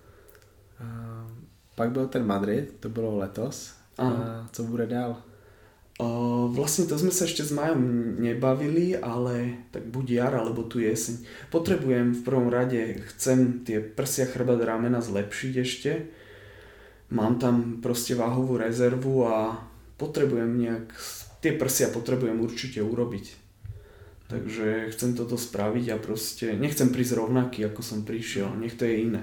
Pak byl ten Madrid, to bylo letos. A co bude dál? Vlastne to sme sa ešte s Majom nebavili, ale tak buď jar, alebo tu jeseň. Potrebujem v prvom rade, chcem tie prsia, chrbát, ramena zlepšiť ešte. Mám tam proste váhovú rezervu a potrebujem tie prsia potrebujem určite urobiť. Takže chcem toto spraviť a proste nechcem prísť rovnaký, ako som prišiel, nech to je iné.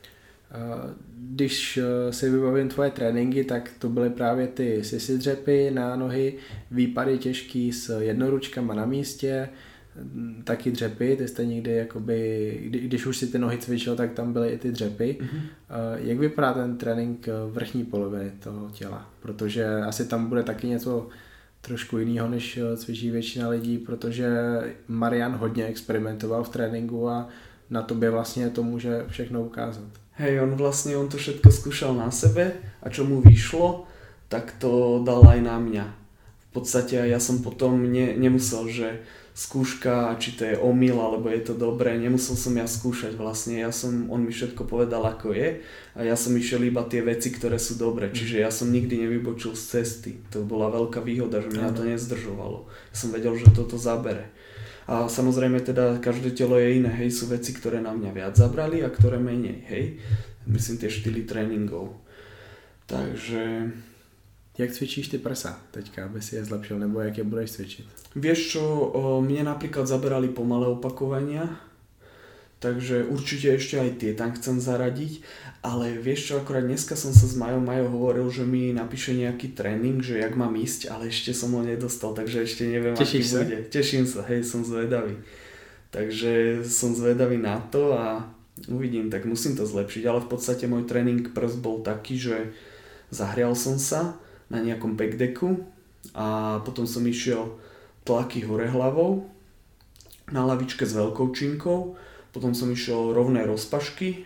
Když si vybavím tvoje tréninky, tak to byly právě ty sissy dřepy na nohy, výpady těžký s jednoručkama na místě, taky dřepy, ty jste někdy jakoby, když už si ty nohy cvičil, tak tam byly i ty dřepy. Jak vypadá ten trénink vrchní poloviny toho těla? Protože asi tam bude taky něco trošku jiného, než cvičí většina lidí, protože Marian hodně experimentoval v tréninku a na tobě vlastně to může všechno ukázat. Hej, on to všetko skúšal na sebe a čo mu vyšlo, tak to dal aj na mňa. V podstate ja som potom nemusel, že skúška, či to je omyl, alebo je to dobré, nemusel som ja skúšať vlastne. On mi všetko povedal, ako je a ja som išiel iba tie veci, ktoré sú dobré. Čiže ja som nikdy nevybočil z cesty. To bola veľká výhoda, že mňa to nezdržovalo. Ja som vedel, že toto zabere. A samozrejme teda každé telo je iné, hej, sú veci, ktoré na mňa viac zabrali a ktoré menej, hej. Myslím tie štýly tréningov. Takže... Jak cvičíš ty prsa teďka, aby si je zlepšil, nebo jak je budeš cvičit? Vieš čo, mne napríklad zaberali pomalé opakovania, takže určite ešte aj tie tam chcem zaradiť, ale vieš čo, akorát dneska som sa s Majo hovoril, že mi napíše nejaký tréning, že jak mám ísť, ale ešte som ho nedostal, takže ešte neviem, aký bude. Teším sa, hej, som zvedavý. Takže som zvedavý na to a uvidím, tak musím to zlepšiť, ale v podstate môj tréning prs bol taký, že zahrial som sa na nejakom backdecku a potom som išiel tlaky hore hlavou na lavičke s veľkou činkou, potom som išiel rovné rozpašky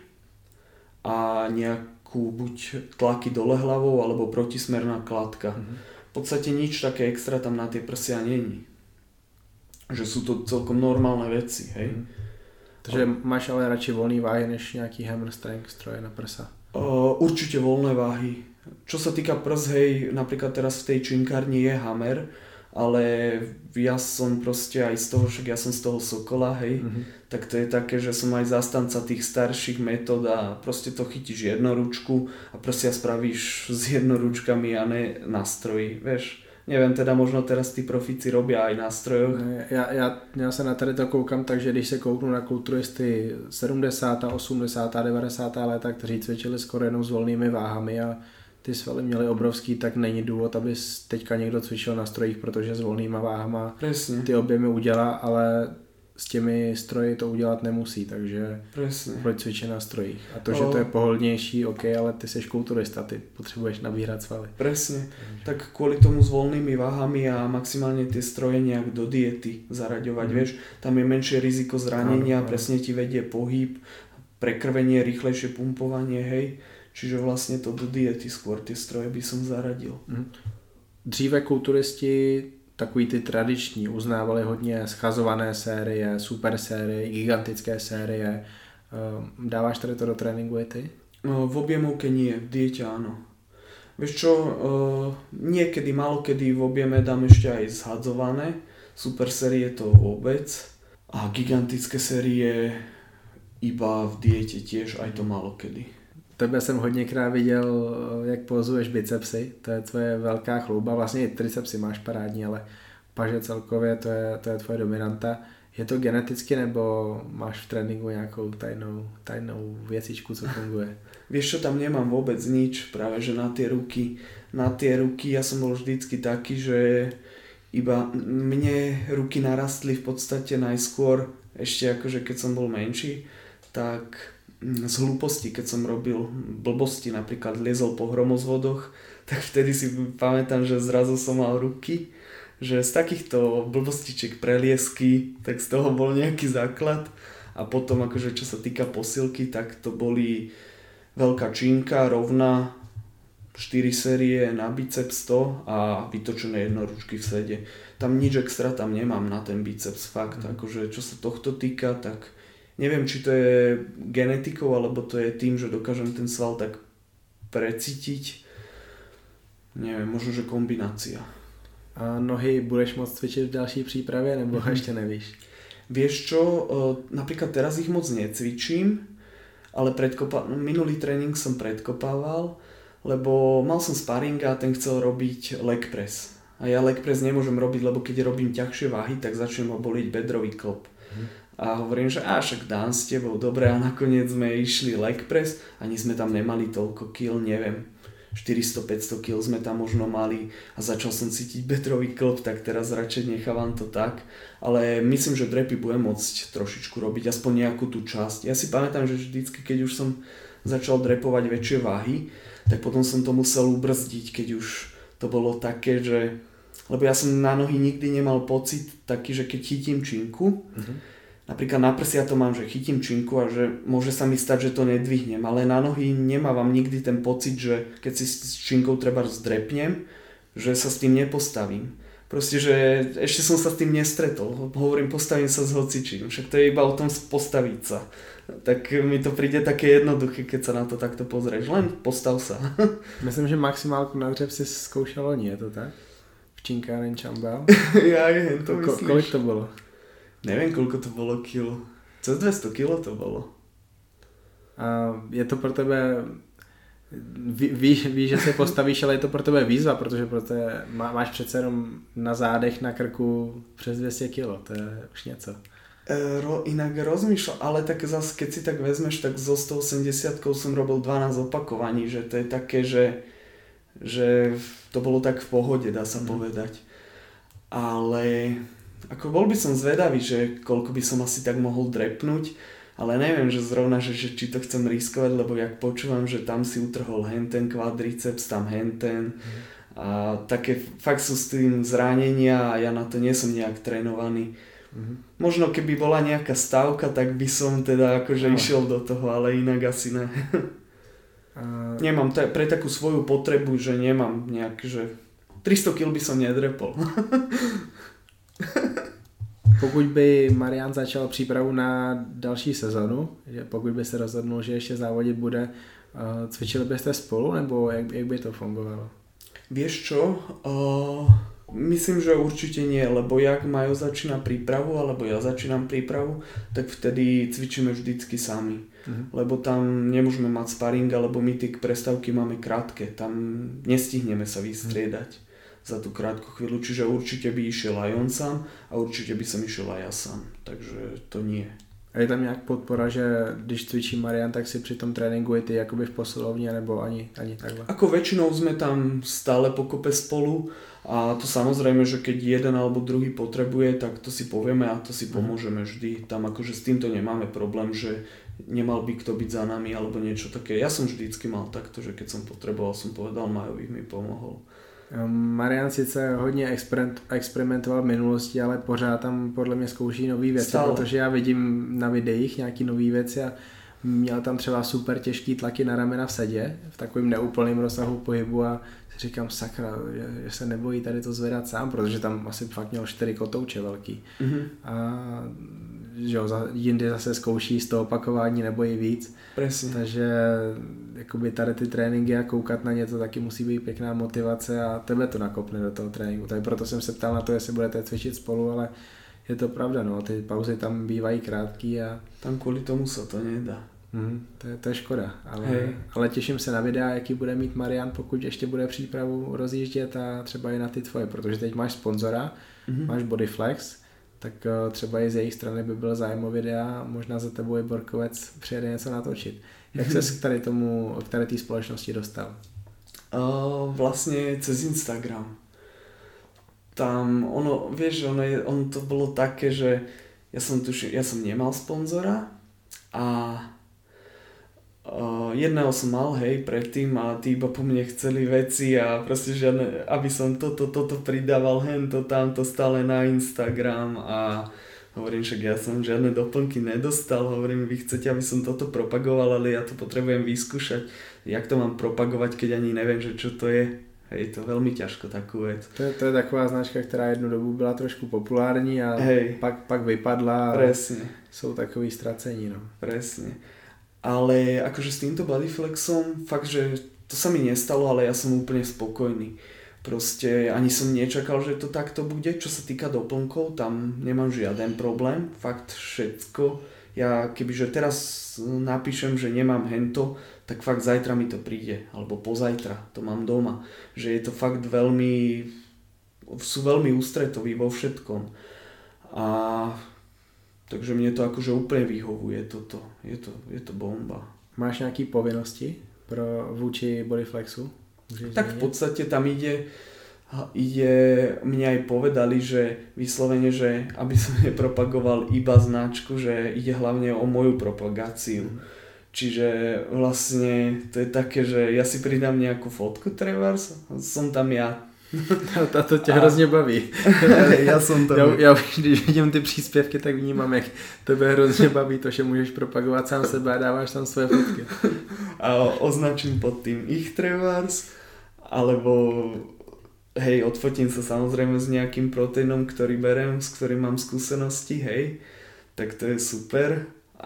a nejakú buď tlaky dole hlavou alebo protismerná kladka. V podstate nič také extra tam na tie prsia není. Že sú to celkom normálne veci, hej. Takže máš ale radši voľný váhy než nejaký hammer strength stroje na prsa? Určite voľné váhy. Čo sa týka prs, hej, napríklad teraz v tej činkárni je hammer, ale ja som proste aj z toho, však ja som z toho Sokola, hej, tak to je také, že som aj zastanca tých starších metód a proste to chytíš jednoručku a proste spravíš s jednoručkami a ne na stroji, vieš. Neviem, teda možno teraz tí profíci robia aj na strojoch. Já se na tady to koukám, takže když se kouknu na kulturisty 70., 80., 90. léta, kteří cvičili skoro jenom s volnými váhami a ty svaly měly obrovský, tak není důvod, aby teďka někdo cvičil na strojích, protože s volnýma váhama Presne. ty objemy udělá, ale s těmi stroji to udělat nemusí, takže proč cvičit na strojích. A to, že to je pohodlnější, ok, ale ty seš kulturista, ty potřebuješ nabírat svaly. Presne, tak kvôli tomu s voľnými váhami a maximálne tie stroje nejak do diety zaraďovať, vieš, tam je menšie riziko zranenia, presne ti vedie pohyb, prekrvenie, rýchlejšie pumpovanie, hej, čiže vlastne to do diety skôr tie stroje by som zaradil. Dříve kulturisti takový ty tradiční, uznávali hodně schazované série, super série, gigantické série. Dáváš tady to do tréninku i ty? V objemovke nie, v diete áno. Vieš čo, niekedy, málokedy v objeme dám ešte aj zhadzované, super série to vôbec a gigantické série iba v diete tiež, aj to málokedy. Tebe jsem hodněkrát viděl, jak pozuješ bicepsy, to je tvoje velká chlouba, vlastně i tricepsy máš parádní, ale paže celkově to je tvoje dominanta. Je to geneticky nebo máš v tréninku nějakou tajnou věcičku, co funguje? Vieš čo, tam nemám vôbec nič, práve že na tie ruky ja som bol vždycky taký, že iba mne ruky narastli v podstate najskôr, ešte akože keď som bol menší, tak z hlúposti, keď som robil blbosti, napríklad liezol po hromozvodoch, tak vtedy si pamätám, že zrazu som mal ruky, že z takýchto blbostičiek preliesky, tak z toho bol nejaký základ a potom akože čo sa týka posilky, tak to boli veľká čínka, rovná, 4 série na biceps 100 a vytočené jednoručky v sede. Tam nič extra tam nemám na ten biceps, fakt. Akože čo sa tohto týka, tak neviem, či to je genetikou, alebo to je tým, že dokážem ten sval tak precítiť. Neviem, možno, že kombinácia. A nohy budeš moc cvičiť v ďalšej príprave, nebo ešte nevíš? Vieš čo, napríklad teraz ich moc necvičím, ale minulý tréning som predkopával, lebo mal som sparing a ten chcel robiť leg press. A ja leg press nemôžem robiť, lebo keď robím ťažšie váhy, tak začnem ho boliť bedrový klop. A hovorím, že však dám s tebou, dobre, a nakoniec sme išli leg press, ani sme tam nemali toľko kil, neviem, 400-500 kg sme tam možno mali a začal som cítiť bedrový klop, tak teraz radšej nechávam to tak. Ale myslím, že drepy budem môcť trošičku robiť, aspoň nejakú tú časť. Ja si pamätám, že vždycky, keď už som začal drepovať väčšie váhy, tak potom som to musel ubrzdiť, keď už to bolo také, že... Lebo ja som na nohy nikdy nemal pocit taký, že keď chytím činku, napríklad na prsia to mám, že chytím činku a že môže sa mi stať, že to nedvihnem, ale na nohy nemávam nikdy ten pocit, že keď si s činkou treba zdrepnem, že sa s tým nepostavím. Proste, že ešte som sa s tým nestretol. Hovorím, postavím sa s hocičím, však to je iba o tom postaviť sa. Tak mi to príde také jednoduché, keď sa na to takto pozrieš. Len postav sa. Myslím, že maximálku na dřep si zkoušel loni, je to tak? V činkáren Čambal. Ja je, to myslíš. Kolik to bolo? Neviem, koľko to bolo kilo. Cez 200 kilo to bolo. A je to pro tebe... Víš, že se postavíš, ale je to pro tebe výzva, protože máš přece jenom na zádech, na krku přes 200 kg, to je už něco. Inak rozmýšľam, ale tak zase keď si tak vezmeš, tak zo 180 som robil 12 opakovaní, že to je také, že to bolo tak v pohode, dá sa povedať. Ale ako bol by som zvedavý, že koľko by som asi tak mohol drepnúť, ale neviem, že zrovna, že či to chcem riskovať, lebo jak počúvam, že tam si utrhol henten kvadriceps, tam henten a také fakt sú s tým zranenia a ja na to nie som nejak trénovaný. Možno keby bola nejaká stávka, tak by som teda akože išiel do toho, ale inak asi ne. Nemám pre takú svoju potrebu, že nemám nejak, že 300 kg by som nedrepol. Pokud by Marián začal přípravu na další sezonu, že pokud by se rozhodnul, že ještě závodit bude, cvičili byste spolu, nebo jak by to fungovalo? Vieš čo? Myslím, že určite nie, lebo jak Majo začína prípravu, alebo ja začínam prípravu, tak vtedy cvičíme vždycky sami. Lebo tam nemôžeme mať sparing, alebo my tie prestávky máme krátke, tam nestihneme sa vystriedať za tú krátku chvíľu, čiže určite by išiel aj on sám a určite by som išiel aj ja sám, takže to nie. A je tam nějak podpora, že když cvičí Marián, tak si při tom tréninku je ty jakoby v posilovně, nebo ani takhle? Ako väčšinou sme tam stále pokope spolu a to samozrejme, že keď jeden alebo druhý potrebuje, tak to si povieme a to si pomôžeme vždy. Tam akože s týmto nemáme problém, že nemal by kto byť za nami alebo niečo také. Ja som vždycky mal takto, že keď som potreboval, som povedal Majovi, mi pomohol. Marián sice hodně experimentoval v minulosti, ale pořád tam podle mě zkouší nový věci, protože já vidím na videích nějaký nový věci a měl tam třeba super těžký tlaky na ramena v sedě, v takovém neúplném rozsahu pohybu a si říkám sakra, že se nebojí tady to zvedat sám, protože tam asi fakt měl 4 kotouče velký. A že jo, jindy zase zkouší z toho opakování nebojí víc. Presne. Takže jakoby tady ty tréninky a koukat na ně to taky musí být pěkná motivace a tebe to nakopne do toho tréninku. Tak proto jsem se ptal na to, jestli budete cvičit spolu, ale je to pravda, no, ty pauzy tam bývají krátký a... Tam kvůli tomu se to nedá. To je škoda, ale těším se na videa, jaký bude mít Marian, pokud ještě bude přípravu rozjíždět a třeba i na ty tvoje, protože teď máš sponzora, máš Bodyflex, tak třeba i z jejich strany by byl zájem o videa, možná za tebou i Borkovec přijede něco natočit. Jak ses k tady té společnosti dostal? Vlastne cez Instagram. Tam ono to bolo také, že ja som nemal sponzora a jedného som mal, hej, predtým a tí iba po mne chceli veci a proste žiadne, aby som toto pridával, hento, tamto stále na Instagram a hovorím, však ja som žiadne doplnky nedostal, hovorím, vy chcete, aby som toto propagoval, ale ja to potrebujem vyskúšať, jak to mám propagovať, keď ani neviem, že čo to je. Hej, to veľmi ťažko takú vec. To je taková značka, která jednu dobu byla trošku populární a pak vypadla. Presne. Jsou takový ztracení, no. Presne. Ale akože s týmto bodyflexom, fakt, že to sa mi nestalo, ale ja som úplne spokojný. Proste ani som nečakal, že to takto bude. Čo sa týka doplnkov, tam nemám žiaden problém. Fakt všetko. Ja kebyže teraz napíšem, že nemám hento, tak fakt zajtra mi to príde. Alebo pozajtra. To mám doma. Že je to fakt sú veľmi ústretoví vo všetkom. A takže mne to akože úplne vyhovuje toto. Je to bomba. Máš nějaké povinnosti vůči Bodyflexu? Tak v podstate tam ide, mne aj povedali, že vyslovene, že aby som nepropagoval iba značku, že ide hlavne o moju propagáciu. Čiže vlastne to je také, že ja si pridám nejakú fotku trebárs, som tam ja. A to tě hrozně baví. Já jsem tam. Já když vidím ty příspěvky, tak vnímám, jak tebe hrozně baví to, že můžeš propagovat sám sebe a dáváš tam svoje fotky. A označím pod tým ich trebárs, alebo hej, odfotím sa samozrejme s nejakým proteínom, ktorý berem, s ktorým mám skúsenosti, hej, tak to je super.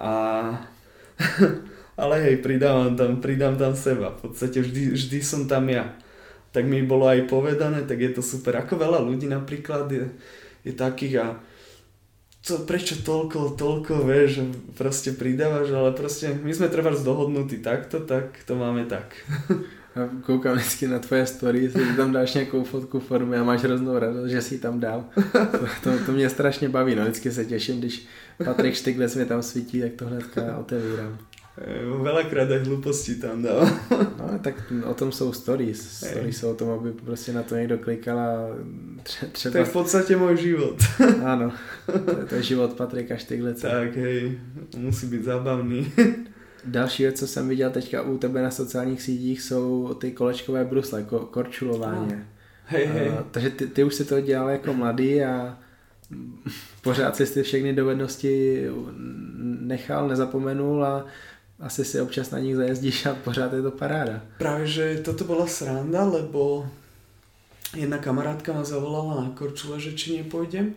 Ale hej, pridám tam seba, v podstate vždy som tam ja. Tak mi bolo aj povedané, tak je to super. Ako veľa ľudí napríklad je takých a prečo toľko, vieš, proste pridávaš, ale proste my sme trebárs dohodnutí takto, tak to máme tak. A koukám vždycky na tvoje stories, že tam dáš nějakou fotku formy a máš hroznou radost, že si ji tam dal. To mě strašně baví, no, vždycky se těším, když Patrik Štiglec mě tam svítí, tak to hnedka otevírám. Veľakrát aj hlúposti tam dal. No, tak o tom jsou stories. Stories jsou o tom, aby prostě na to někdo klikal a třeba... To je v podstate môj život. Áno, to je život Patrika Štiglece. Tak, hej, musí být zábavný. Další věc, co jsem viděl teďka u tebe na sociálních sítích, jsou ty kolečkové brusle, korčulování. Hej. Takže ty už si to dělal jako mladý a pořád si ty všechny dovednosti nechal, nezapomenul a asi si občas na nich zajezdíš a pořád je to paráda. Práve, že toto bola sranda, lebo jedna kamarátka ma zavolala na korčule, že či nepôjdem.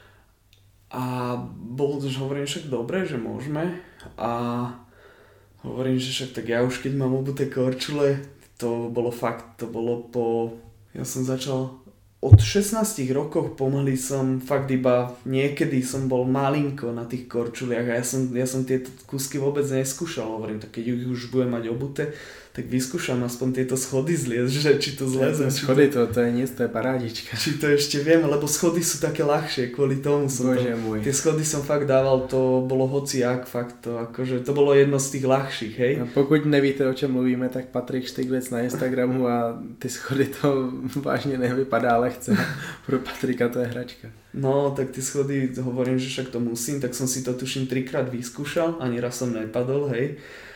A hovorím však dobre, že môžeme. A hovorím, že však tak ja už keď mám obuté korčule, to bolo ja som začal od 16 rokov pomaly som fakt iba niekedy som bol malinko na tých korčuliach a ja som tieto kúsky vôbec neskúšal, hovorím, tak keď už budem mať obuté, tak vyskúšam aspoň tieto schody zliezť, že či to zlezem. Schody to je nic, to je parádička. Či to ešte viem, lebo schody sú také ľahšie, kvôli tomu som Bože môj. Tie schody som fakt dával, to bolo hociak, fakt to, akože to bolo jedno z tých ľahších, hej. A pokud nevíte, o čem mluvíme, tak Patrik Štiglec na Instagramu a ty schody to vážne nevypadá lehce. Pro Patrika to je hračka. No, tak tie schody, hovorím, že však to musím, tak som si to tuším 3-krát vyskúšal, ani raz som nepadol, hej.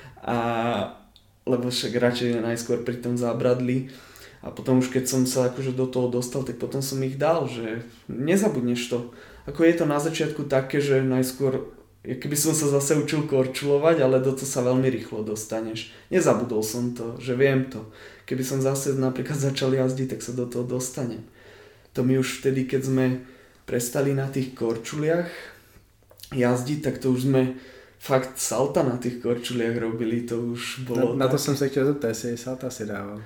Lebo však radšej najskôr pri tom zábradli a potom už keď som sa akože do toho dostal, tak potom som ich dal, že nezabudneš to. Ako je to na začiatku také, že najskôr Keby som sa zase učil korčulovať, ale do toho sa veľmi rýchlo dostaneš. Nezabudol som to, že viem to. Keby som zase napríklad začal jazdiť, tak sa do toho dostanem. To mi už vtedy, keď sme prestali na tých korčuliach jazdiť, tak to už sme fakt salta na tých korčuliach robili, to už bolo Na to jsem se chtěl zeptat, jestli salta si dával.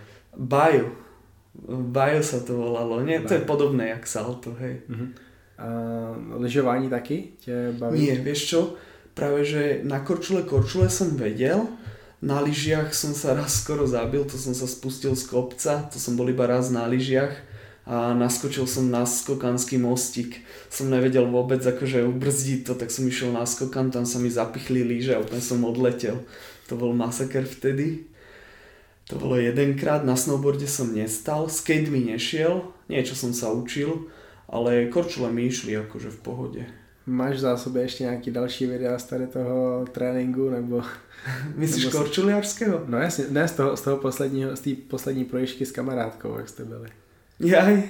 Bajo sa to volalo, nie? To je podobné jak salto, hej. A lyžování taky tě baví? Nie, vieš čo? Práve, že na korčule som vedel, na lyžiach som sa raz skoro zabil, to som sa spustil z kopca, to som bol iba raz na lyžiach a naskočil som na skokanský mostík. Som nevedel vôbec akože ubrzdiť to, tak som išiel na skokan, tam sa mi zapichli lyže a úplne som odletel. To bol masaker vtedy. To bolo jedenkrát, na snowboarde som nestal, skate mi nešiel, niečo som sa učil, ale korčule mi išli akože v pohode. Máš v zásobě ještě nějaký další videa z tady toho tréninku, nebo... Myslíš korčuliarského? No jasně, ne z toho posledního, z té poslední projížďky s kamarádkou, jak jste byli. Jaj,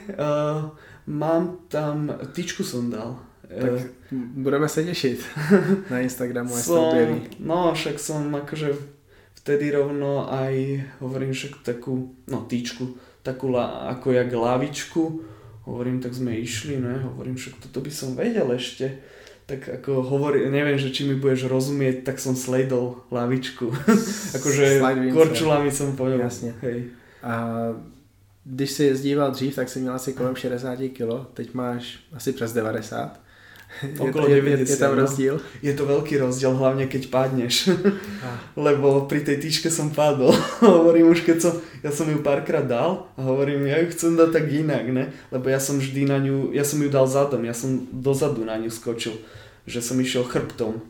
mám tam, tyčku som dal. Tak budeme se těšit na Instagramu, až to objeví. No, však som akože vtedy rovno aj, hovorím však takú, no tyčku, takú ako jak lavičku, hovorím, tak sme išli, ne, hovorím, však toto by som vedel ešte. Tak ako hovorím, neviem, že či mi budeš rozumieť, tak som slejdol lavičku. Akože korčulami som po ňom. Jasně. Hej. A když jsi jezdíval dřív, tak jsi měl asi kolem 60 kg, teď máš asi přes 90. Okolo 90. Je tam rozdíl? Je to veľký rozdiel, hlavne keď padneš. Lebo pri tej tyčke som padol. Hovorím už, ja som ju párkrát dal a hovorím, ja ju chcem dať tak inak, ne? Lebo ja som vždy na ňu, ja som ju dal zadom, ja som dozadu na ňu skočil, že som išiel chrbtom.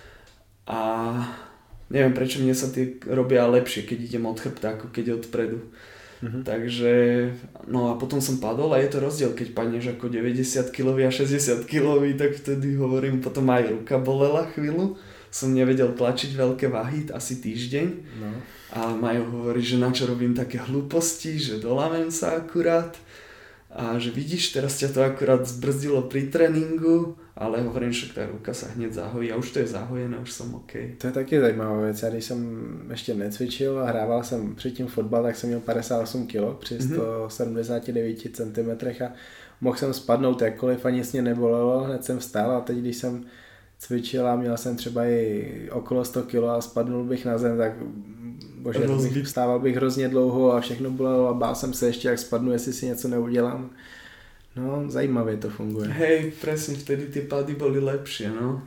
A neviem, prečo mne sa tie robia lepšie, keď idem od chrbta, ako keď odpredu. Takže, no a potom som padol a je to rozdiel, keď padneš ako 90 kg a 60 kg, tak vtedy hovorím, potom aj ruka bolela chvíľu, som nevedel tlačiť veľké váhy, asi týždeň. No. A Majo hovorí, že na čo robím také hlúposti, že dolamem sa akurát a že vidíš, teraz ťa to akurát zbrzdilo pri tréninku, ale hovorím, že tá ruka sa hneď zahojí a už to je zahojené, už som OK. To je taky zajímavá věc. Já když jsem ještě necvičil a hrával jsem předtím fotbal, tak jsem měl 58 kg při 179 cm a mohl jsem spadnout jakkoliv a nic mě nebolelo, hned jsem vstal a teď když jsem cvičil a měl jsem třeba i okolo 100 kg a spadnul bych na zem, tak bože, vstával bych hrozně dlouho a všechno bolelo a bál jsem se ještě, jak spadnu, jestli si něco neudělám. No, zajímavě to funguje. Hej, presne, vtedy tie pády boli lepšie, no.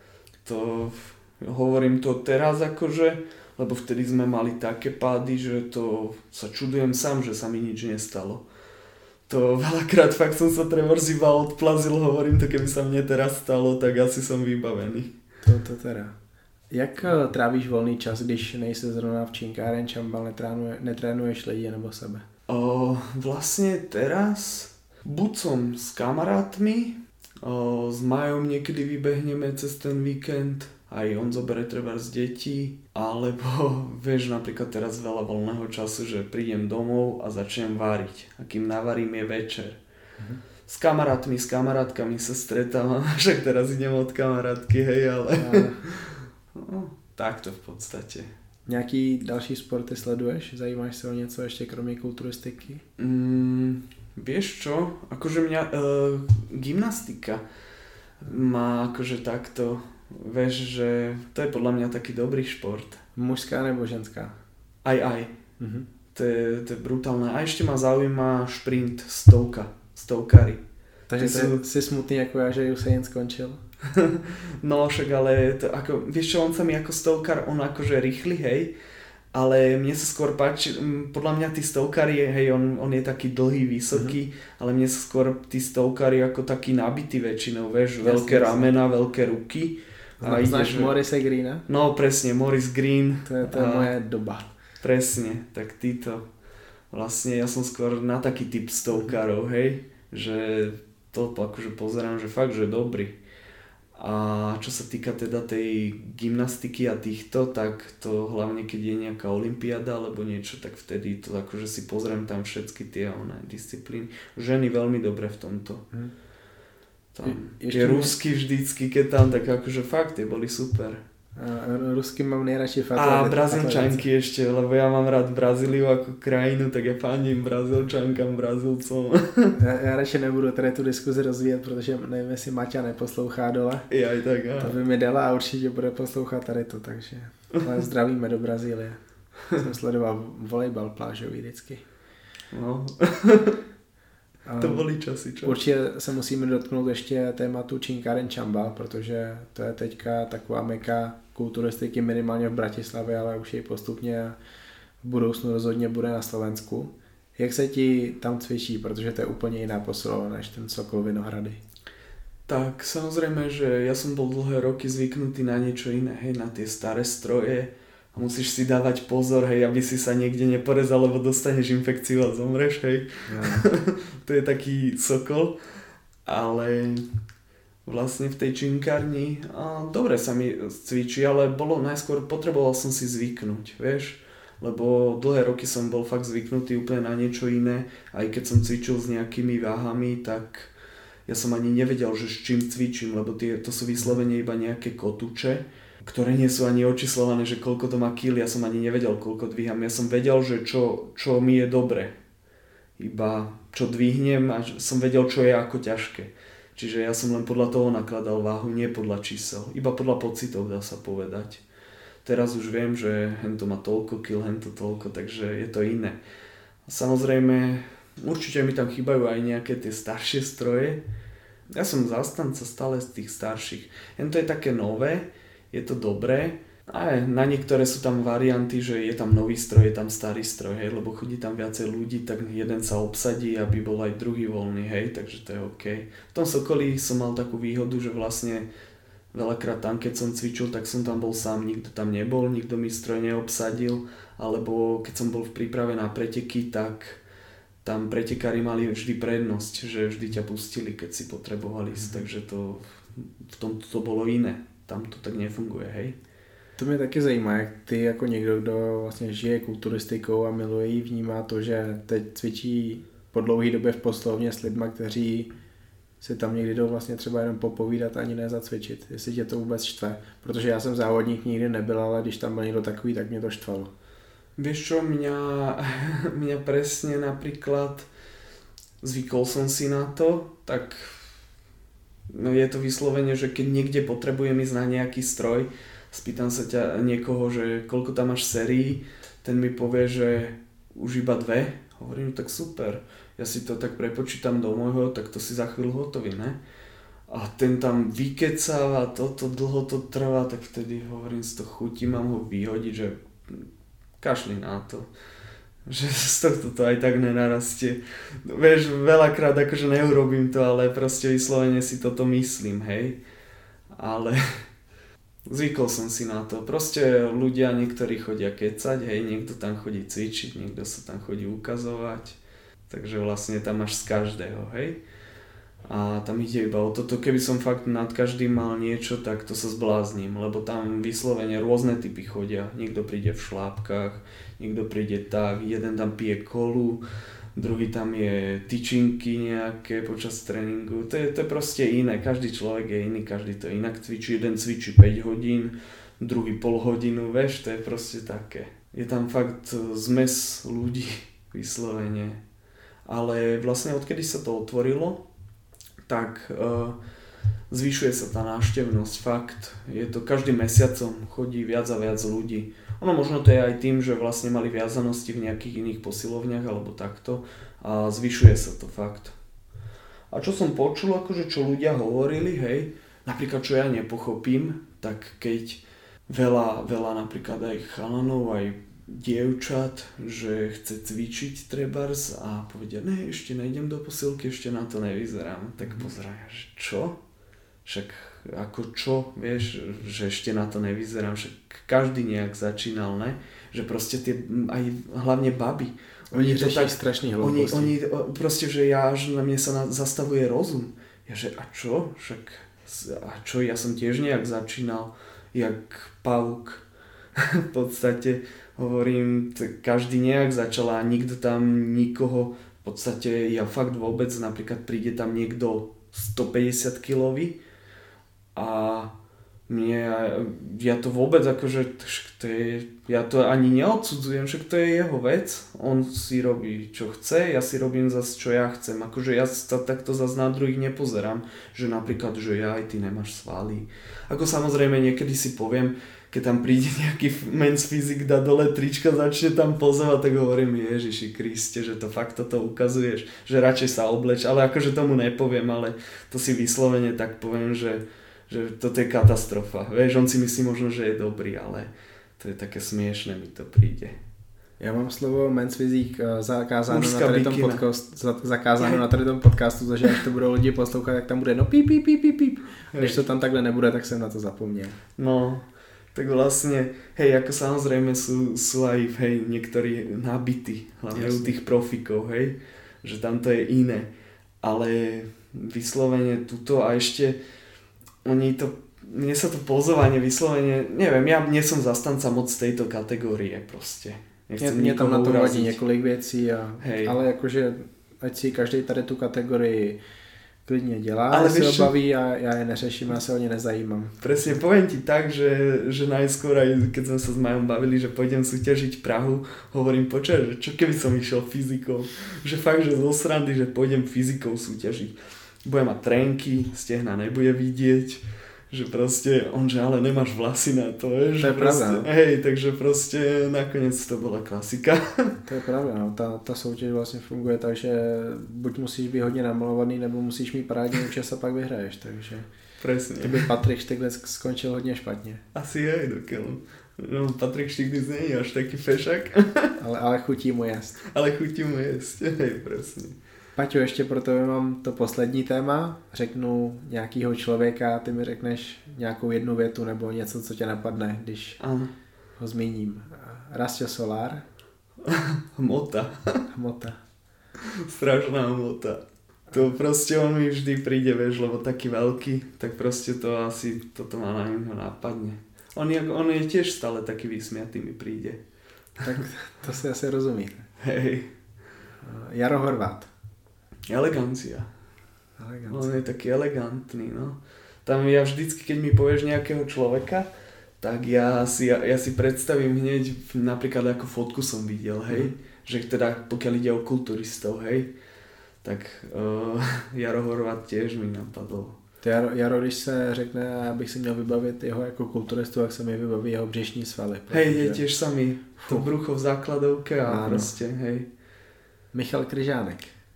To, hovorím to teraz akože, lebo vtedy sme mali také pády, že to sa čudujem sám, že sa mi nič nestalo. To veľakrát fakt som sa trebárs iba odplazil, hovorím to, keby sa mne teraz stalo, tak asi som vybavený. To teda. Jak trávíš volný čas, když nejsi zrovna v činkáren, čambal, netrénuješ lidi nebo sebe? Vlastne teraz buď som s kamarátmi, s Majom niekedy vybehneme cez ten víkend, aj on zoberie trebárs detí, alebo vieš, napríklad teraz veľa voľného času, že prídem domov a začnem váriť. A kým navarím je večer. S kamarátmi, s kamarátkami sa stretávam, však teraz idem od kamarátky, hej, ale... No, takto v podstate. Nějaký další sporty sleduješ? Zajímáš se o něco ještě kromě kulturistiky? Vieš čo? Akože mňa gymnastika má akože takto, vieš, že to je podľa mňa taký dobrý šport. Mužská nebo ženská? Aj. To je brutálne. A ešte ma zaujíma šprint, stovkary. Takže si smutný jako já, že Usain skončil? No však ale to ako, vieš čo, on sa mi ako stovkar, on akože rýchly, hej, ale mne sa skôr páči, podľa mňa tí stovkári, hej, on je taký dlhý, vysoký, ale mne sa skôr tí stovkári ako taký nabitý väčšinou, vieš, veľké ramena, veľké ruky. Znáš Maurice Greena? No presne, Maurice Green. To je moje doba. Presne, tak títo. Vlastne ja som skôr na taký typ stovkárov, hej, že to akože pozerám, že fakt, že dobrý. A čo sa týka teda tej gymnastiky a týchto, tak to hlavne keď je nejaká olympiáda alebo niečo, tak vtedy to akože si pozriem tam všetky tie disciplíny. Ženy veľmi dobre v tomto. Tam tie rusky vždycky, keď tam, tak akože fakt, tie boli super. A rusky mám nejradši fakt. A Brazílčanky ešte, lebo ja mám rád Brazíliu ako krajinu, tak ja fandím Brazílčankám, Brazílcům. Já radši nebudu tady tu diskuzi rozvíjet, protože nevím, jestli Maťa neposlouchá dole. Aj tak, to by mi dala a určitě bude poslouchat tady to, takže zdravíme do Brazílie. Jsem sledoval volejbal plážový vždycky. No. To byly časy, čo? Určitě se musíme dotknout ještě tématu Činkaren Čamba, protože to je teďka taková meka kulturistiky minimálně v Bratislavě, ale už i postupně v budoucnu rozhodně bude na Slovensku. Jak se ti tam cvičí, protože to je úplně jiná posilova než ten Sokol Vinohrady? Tak samozrejme, že ja som bol dlhé roky zvyknutý na niečo iné, hej, na tie staré stroje a musíš si dávať pozor, hej, aby si sa niekde neporezal, lebo dostaneš infekciu a zomreš, hej. No. To je taký Sokol, ale vlastne v tej činkárni dobre sa mi cvičí, ale najskôr potreboval som si zvyknúť, vieš, lebo dlhé roky som bol fakt zvyknutý úplne na niečo iné, aj keď som cvičil s nejakými váhami, tak ja som ani nevedel, že s čím cvičím, lebo to sú vyslovene iba nejaké kotúče, ktoré nie sú ani očíslované, že koľko to má kil, ja som ani nevedel, koľko dvíham. Ja som vedel, že čo mi je dobre, iba čo dvihnem a som vedel, čo je ako ťažké. Čiže ja som len podľa toho nakladal váhu, nie podľa čísel, iba podľa pocitov, dá sa povedať. Teraz už viem, že hento má toľko kil, hento toľko, takže je to iné. Samozrejme, určite mi tam chýbajú aj nejaké tie staršie stroje. Ja som zastanca stále z tých starších. Jen to je také nové, je to dobré. A na niektoré sú tam varianty, že je tam nový stroj, je tam starý stroj, hej, lebo chodí tam viacej ľudí, tak jeden sa obsadí, aby bol aj druhý voľný, hej, takže to je OK. V tom Sokoli som mal takú výhodu, že vlastne veľakrát tam, keď som cvičil, tak som tam bol sám, nikto tam nebol, nikto mi stroj neobsadil, alebo keď som bol v príprave na preteky, tak tam pretekári mali vždy prednosť, že vždy ťa pustili, keď si potrebovali ísť, takže to v tom to bolo iné. Tam to tak nefunguje, hej. To mě taky zajímá, jak ty jako někdo, kdo vlastně žije kulturistikou a miluje jí, vnímá to, že teď cvičí po dlouhé době v posilovně s lidma, kteří si tam někdy jdou vlastně třeba jenom popovídat ani ne zacvičit, jestli tě to vůbec štve. Protože já jsem závodník nikdy nebyl, ale když tam byl někdo takový, tak mě to štvalo. Vieš čo, mňa presne napríklad zvykol som si na to, tak no je to vyslovene, že keď niekde potrebujem ísť na nejaký stroj, spýtam sa niekoho, že koľko tam máš sérií, ten mi povie, že už iba 2, hovorím, tak super, ja si to tak prepočítam do môjho, tak to si za chvíľu hotový, ne? A ten tam vykecáva, toto dlho to trvá, tak vtedy hovorím, z toho chutí, mám ho vyhodiť, že kašli na to, že z tohto to aj tak nenarastie. Vieš, veľakrát akože neurobím to, ale proste vyslovene si toto myslím, hej. Ale zvykol som si na to. Proste ľudia, niektorí chodia kecať, hej, niekto tam chodí cvičiť, niekto sa tam chodí ukazovať. Takže vlastne tam máš z každého, hej. A tam ide iba o toto, keby som fakt nad každým mal niečo, tak to sa zblázním, lebo tam vyslovene rôzne typy chodia. Niekto príde v šlápkach, niekto príde tak, jeden tam pije kolu, druhý tam je tyčinky nejaké počas tréningu. To je proste iné, každý človek je iný, každý to inak cvičí. Jeden cvičí 5 hodín, druhý pol hodinu, vieš, to je proste také. Je tam fakt zmes ľudí vyslovene. Ale vlastne odkedy sa to otvorilo, tak zvyšuje sa tá návštevnosť, fakt. Je to každým mesiacom chodí viac a viac ľudí. Ono možno to je aj tým, že vlastne mali viazanosti v nejakých iných posilovniach alebo takto a zvyšuje sa to fakt. A čo som počul, akože čo ľudia hovorili, hej, napríklad čo ja nepochopím, tak keď veľa napríklad aj chalanov, aj dievčat, že chce cvičiť trebárs a povedia, ne, ešte nejdem do posilky, ešte na to nevyzerám. Tak pozerám, že čo? Však ako čo, vieš, že ešte na to nevyzerám, však každý nejak začínal, ne? Že proste tie, aj hlavne baby. Oni to tak strašný hlúposti. Oni proste, že na mne sa zastavuje rozum. Ja, že a čo? Však, a čo, ja som tiež nejak začínal, jak pauk. V podstate hovorím, každý nejak začal a nikto tam nikoho, v podstate ja fakt vôbec, napríklad príde tam niekto 150 kilový a ja to vôbec akože, ja to ani neodsudzujem, však to je jeho vec, on si robí čo chce, ja si robím zase čo ja chcem, akože ja takto zase na druhých nepozerám, že napríklad, že ty nemáš svaly. Ako samozrejme niekedy si poviem, keď tam príde nejaký men's fyzik, dá dole trička, začne tam pozovať, tak hovorím, Ježiši Kriste, že to fakt toto ukazuješ, že radšej sa obleč, ale akože tomu nepoviem, ale to si vyslovene tak poviem, že toto je katastrofa. Vieš, on si myslí možno, že je dobrý, ale to je také smiešné, mi to príde. Já mám slovo men's fyzik zakázáno na tady tom podcastu, takže až to budou lidi poslouchat, tak tam bude píp. Když to tam takhle nebude, tak jsem na to zapomněl. No, tak vlastne, hej, ako samozrejme sú aj, hej, niektorí nabití, hlavne u tých profikov, hej, že tam to je iné. Ale vyslovene tuto a ešte mne sa to pozovanie vyslovene, neviem, ja nie som zastanca moc tejto kategórie proste. Mě tam na to vadí několik věcí, ale jakože ať si každý tady tu kategorii klidně dělá, ale si ho baví a já je neřeším, já se o ně nezajímám. Presne, poviem ti tak, že najskôr aj keď sme sa s Majom bavili, že pôjdem súťažiť Prahu, hovorím počkaj, že čo keby som išiel fyzikou, že fakt, že zo srandy, že pôjdem fyzikou súťažiť. Budem mať trenky, stehna nebude vidieť, že proste on, že ale nemáš vlasy na to, je proste, pravda. Hej, takže proste nakoniec to bola klasika. To je pravda, no. Ta soutěž vlastně funguje tak, že buď musíš být hodně namalovaný, nebo musíš mít parádní účast a pak vyhraješ, takže presne. To by Patrik Štiglec skončil hodně špatně. Asi je, dokiaľ. No, Patrik Štiglec nie je až taký fešak. ale chutí mu jesť. Ale chutí mu jesť, hej, presne. Paťo, ještě pro tebe mám to poslední téma. Řeknu nějakýho člověka, ty mi řekneš nějakou jednu větu nebo něco, co tě napadne, když ho zmíním. Rastio Solar. Hmota. Hmota. Strašná hmota. To proste on mi vždy príde, vieš, lebo taký veľký, tak proste to asi, toto ma na ňom napadne. On je tiež stále taký vysmiatý, mi príde. Tak to si asi rozumíte. Hej. Jaro Horvát. Elegancia. On je taký elegantný, no. Tam ja vždycky, keď mi povieš nejakého človeka, tak ja si predstavím hneď, napríklad ako fotku som videl, hej, že teda pokiaľ ide o kulturistov, hej, tak Jaro Horvát tiež mi napadol. Jaro, když se řekne, abych si měl vybavit jeho jako kulturistu, tak se mi vybaví jeho břišní svaly. Hej, tiež sa mi to brucho v základovke a proste, hej. Michal Kryžánek.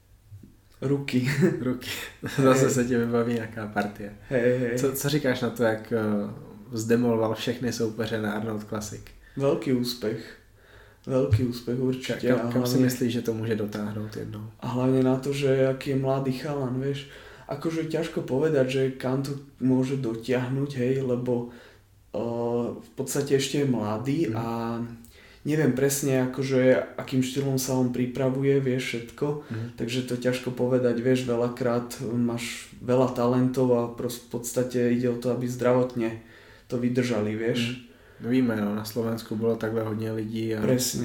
Ruky. Zase se ti vybaví nějaká partie. Hej. Co říkáš na to, jak zdemoloval všechny soupeře na Arnold Classic? Velký úspech určite. Kam si myslíš, že to môže dotáhnout jednou? A hlavne na to, že aký je mladý chalan, vieš. Akože ťažko povedať, že kam to môže dotiahnuť, hej, lebo v podstate ešte je mladý a neviem presne, akože akým štýlom sa on pripravuje, vieš všetko, takže to ťažko povedať, vieš, veľakrát máš veľa talentov a v podstate ide o to, aby zdravotne to vydržali, vieš. Víme, no, na Slovensku bolo takhle hodně lidí.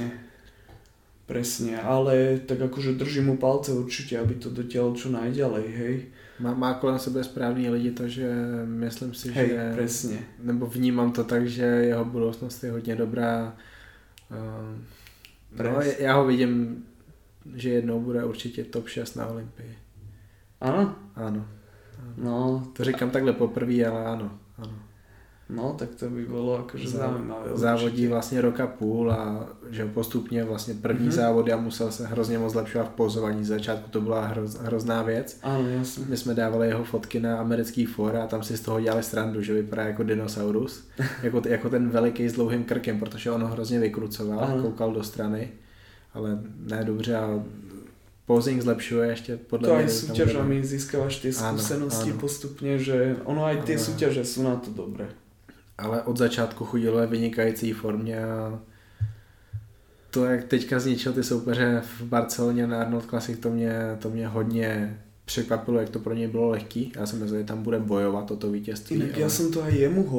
Presne, ale tak akože držím mu palce určite, aby to dotiahol čo najďalej, hej. Má kolem sebe správný lidi, takže myslím si, hej, že... presne. Nebo vnímám to tak, že jeho budoucnost je hodně dobrá. No, já ho vidím, že jednou bude určitě top 6 na Olympii. Ano? Ano. No, to říkám takhle poprvé, ale ano. No, tak to by bolo akože zaujímavé. Závodí vlastně rok a půl a že postupně vlastně první závody a musel se hrozně moc zlepšovat v pozování. Z začátku to byla hrozná věc. Ano, jasně. My jsme dávali jeho fotky na americký fóra a tam si z toho dělali srandu, že vypadá jako dinosaurus. jako ten veliký s dlouhým krkem, protože on ho hrozně vykrucoval, koukal do strany, ale ne dobře a posing zlepšuje ešte podľa mňa. To aj súťažami získavaš tie skúsenosti postupne, že ono aj tie súťaže sú na to dobré. Ale od začátku chodil ve vynikající formě a to, jak teďka zničil ty soupeře v Barceloně na Arnold Classic, to mě hodně překvapilo, jak to pro něj bylo lehký. Já jsem myslel, že tam bude bojovat o to vítězství. Inak ale... ja som to aj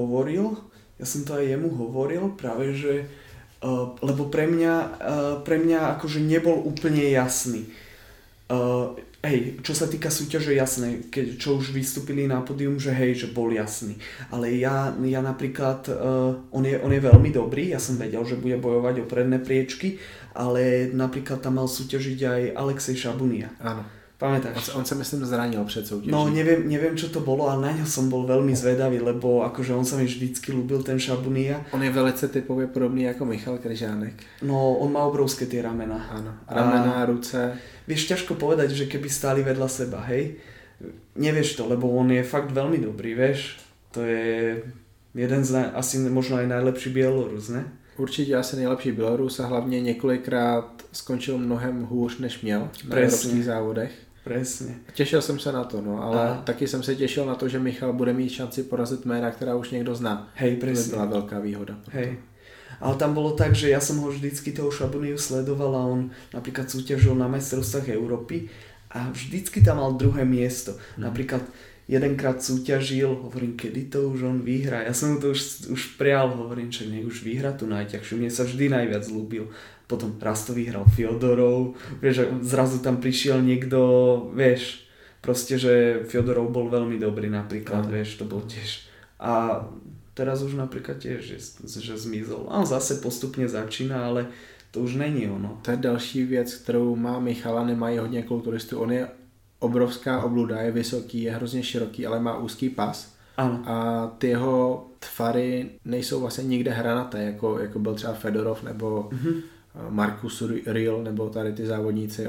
jemu hovoril, práve že lebo pre mňa akože nebol úplne jasný. Hej, čo sa týka súťaže, jasné, čo už vystúpili na pódium, že hej, že bol jasný. Ale ja napríklad, on je veľmi dobrý, ja som vedel, že bude bojovať o predné priečky, ale napríklad tam mal súťažiť aj Alexej Šabunia. Áno. Pamätáš? On sa myslím zranil před soutěží. No neviem čo to bolo, ale na ňo som bol veľmi zvedavý, lebo akože on sa mi vždycky ľúbil, ten Šabunia. On je velice typově podobný jako Michal Kryžánek. No, on má obrovské tie ramena. Áno, ramena, ruce. Vieš, ťažko povedať, že keby stáli vedľa seba, hej? Nevieš to, lebo on je fakt veľmi dobrý, vieš? To je jeden asi možno aj najlepší Bielorus, ne? Určitě asi nejlepší Bělorus a hlavně několikrát skončil mnohem hůř, než měl na evropských závodech. Presne. Těšil jsem se na to, no, ale taky jsem se těšil na to, že Michal bude mít šanci porazit jména, která už někdo zná. Hej, presne. To byla velká výhoda. Hej. Ale tam bolo tak, že ja som ho vždycky toho Šabuniu sledoval a on napríklad súťažil na majstrovstvách Európy a vždycky tam mal druhé miesto. Napríklad jedenkrát súťažil, hovorím, kedy to už on vyhrá. Ja som mu to už prial, hovorím, že nech už vyhrá tú najťažšiu. Mne sa vždy najviac ľúbil. Potom raz to vyhral Fjodorov, vieš, zrazu tam prišiel niekto, vieš, proste, že Fjodorov bol veľmi dobrý napríklad, vieš, to bol tiež. A teraz už napríklad tiež, že zmizol. A on zase postupne začíná, ale to už není ono. To je další věc, kterou má Michal a nemají hodně kulturistů. On je obrovská obluda, je vysoký, je hrozně široký, ale má úzký pas. Ano. A ty jeho tvary nejsou vlastně nikde hranaté, jako byl třeba Fedorov nebo Marcus Rühl nebo tady ty závodníci.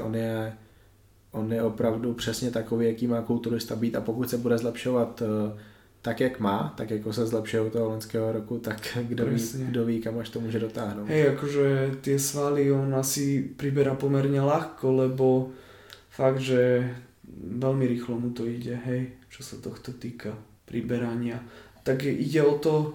On je opravdu přesně takový, jaký má kulturista být a pokud se bude zlepšovat tak, jak má, tak jako se zlepšuje toho loňského roku, tak kdo ví, kam až to může dotáhnout. Hej, akože tie svaly on asi priberá pomerne ľahko, lebo fakt, že veľmi rýchlo mu to ide, hej, čo sa tohto týka priberania. Tak ide o to,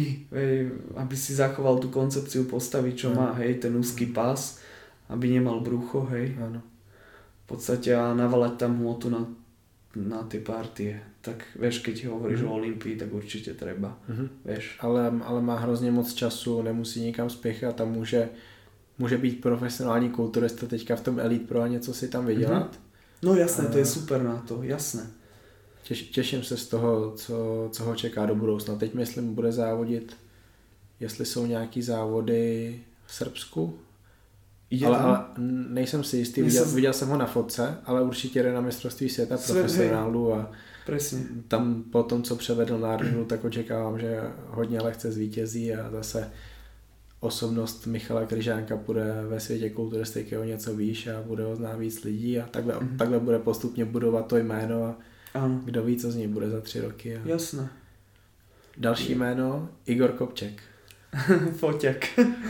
aby si zachoval tú koncepciu postavy, čo má, hej, ten úzky pás, aby nemal brucho, hej. Ano. V podstate a navalať tam hmotu na tie partie. Tak vieš, keď hovoríš o Olympii, tak určite treba, vieš. Ale má hrozně moc času, nemusí nikam spěchat a může být profesionální kulturista teďka v tom Elite Pro a něco si tam vydělat. No jasné, to je super na to, jasné. Těším se z toho, co ho čeká do budoucna. Teď myslím, bude závodit, jestli jsou nějaký závody v Srbsku. Ale nejsem si jistý, viděl jsem ho na fotce, ale určitě jde na mistrovství světa profesionálů a presne. Tam po tom, co převedl národnu, tak očekávám, že hodně lehce zvítězí a zase osobnost Michala Kryžánka bude ve světě kulturistiky o něco výš a bude ho znát víc lidí a takhle bude postupně budovat to jméno a kdo ví, co z něj bude za 3 roky. Jasné. Další jméno, Igor Kopček. Foťák.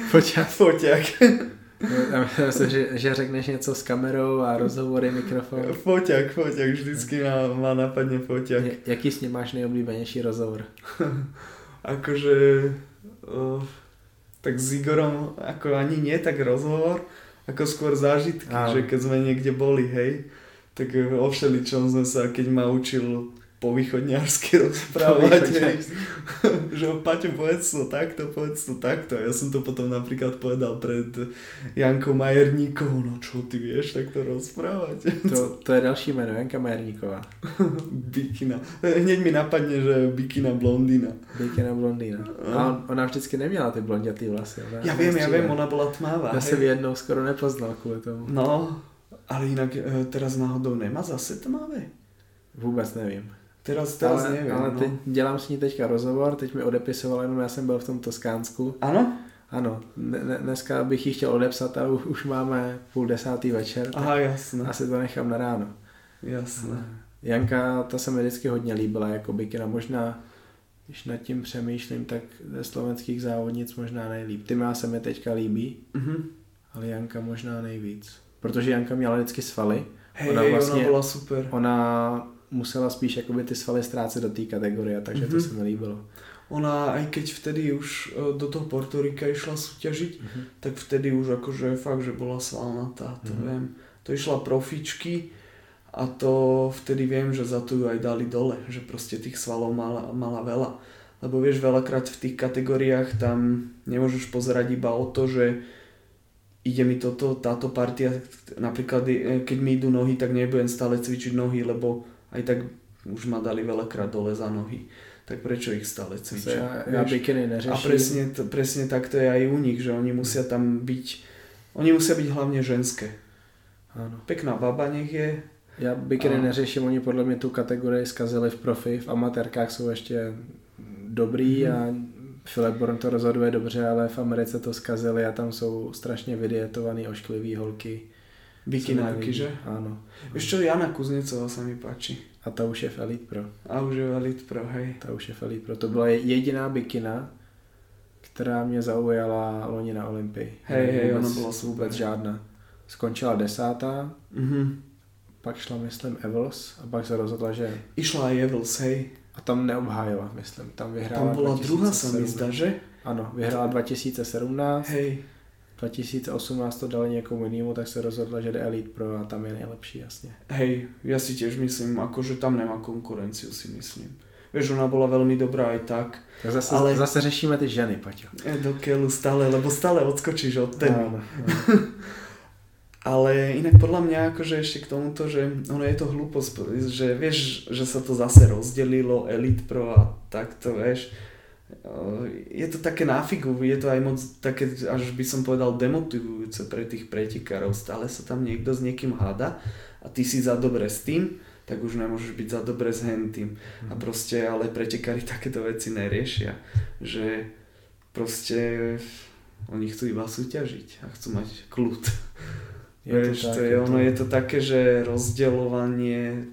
Já myslím, že řekneš něco s kamerou a rozhovory, mikrofon. Foťák, vždycky má napadne foťák. Jaký s ním máš nejoblíbenější rozhovor? Akože tak s Igorom ako ani nie tak rozhovor, ako skôr zážitky, že keď sme niekde boli, hej, tak o všeličom sme sa, keď ma učil po východňarsky rozprávať, že Paťo, povedz to takto. Ja som to potom napríklad povedal pred Jankou Majerníkovou, no čo ty vieš takto rozprávať? To je další jméno, Janka Majerníková. Bikina. Hneď mi napadne, že Bikina blondýna. A ona vždycky neměla ty blondětý vlasy. Ja viem, ona bola tmavá. Ja som jednou skoro nepoznal kvôli tomu. No, ale inak teraz náhodou nemá zase tmavé? Vůbec nevím. Teraz neviem. Ale teď dělám s ní teďka rozhovor, teď mi odepisoval, jenom já jsem byl v tom Toskánsku. Ano? Ano, dneska bych jí chtěl odepsat, ale už máme 9:30 večer. Aha, jasné. Asi to nechám na ráno. Jasné. Janka, ta se mi vždycky hodně líbila jako bikina, možná, když nad tím přemýšlím, tak ze slovenských závodnic možná nejlíp. Tyma se mi teďka líbí, ale Janka možná nejvíc. Protože Janka měla vždycky svaly. Ona byla super. Ona musela spíš jakoby ty svaly ztrácet do té kategorie, takže to se mi líbilo. Ona, aj keď vtedy už do toho Portorika išla súťažiť, tak vtedy už akože fakt, že bola svalnatá, to viem. To išla profičky a to vtedy viem, že za to ju aj dali dole, že proste tých svalov mala veľa. Lebo vieš, veľakrát v tých kategóriách tam nemôžeš pozerať iba o to, že ide mi táto partia, napríklad keď mi idú nohy, tak nebudem stále cvičiť nohy, lebo aj tak už ma dali veľakrát dole za nohy. Tak prečo ich stále cvičia? Ja bikiny neřeším. A presne tak to je aj u nich, že oni musia tam byť, oni musia byť hlavne ženské. Ano. Pekná baba nech je. Já bikiny neřeším, oni podle mě tu kategorii zkazili v profi, v amatérkách jsou ještě dobrý a Philip Bourne to rozhoduje dobře, ale v Americe to zkazili a tam jsou strašně vydietovaný, ošklivý holky. Bikinárky, že? Áno. Vieš čo, Jana Kuznecová sa mi páči. A ta už je v Elite Pro. A už je v Elite Pro, hej. Ta už je v Elite Pro. To byla jediná bikina, která mě zaujala loni na Olympii. Hej, ono bylo super. Vůbec žádná. Skončila 10. Pak šla, myslím, Evels a pak se rozhodla, že... Išla aj Evels, hej. A tam neobhájila, myslím. Tam vyhrála tam bola 2017. druhá, sa mi zdá, že? Ano, vyhrála 2017. Hej. 2018 to dali někomu jinému, tak se rozhodla, že jde Elite Pro a tam je nejlepší, jasně. Hej, ja si tiež myslím, akože tam nemá konkurenciu, si myslím. Vieš, ona bola veľmi dobrá aj tak. Tak zase řešíme ty ženy, Paťo. Do keľu stále, lebo stále odskočíš od témy. No. Ale inak podľa mňa akože ešte k tomuto, že ono je to hlúposť, že vieš, že sa to zase rozdelilo Elite Pro a takto, vieš. Je to také náfigu, je to aj moc také, až by som povedal, demotivujúce pre tých pretekárov. Stále sa tam niekto s niekým háda a ty si za dobre s tým, tak už nemôžeš byť za dobre s hentým. A proste, ale pretekári takéto veci neriešia. Že proste oni chcú iba súťažiť a chcú mať kľud. Je to také, že rozdeľovanie,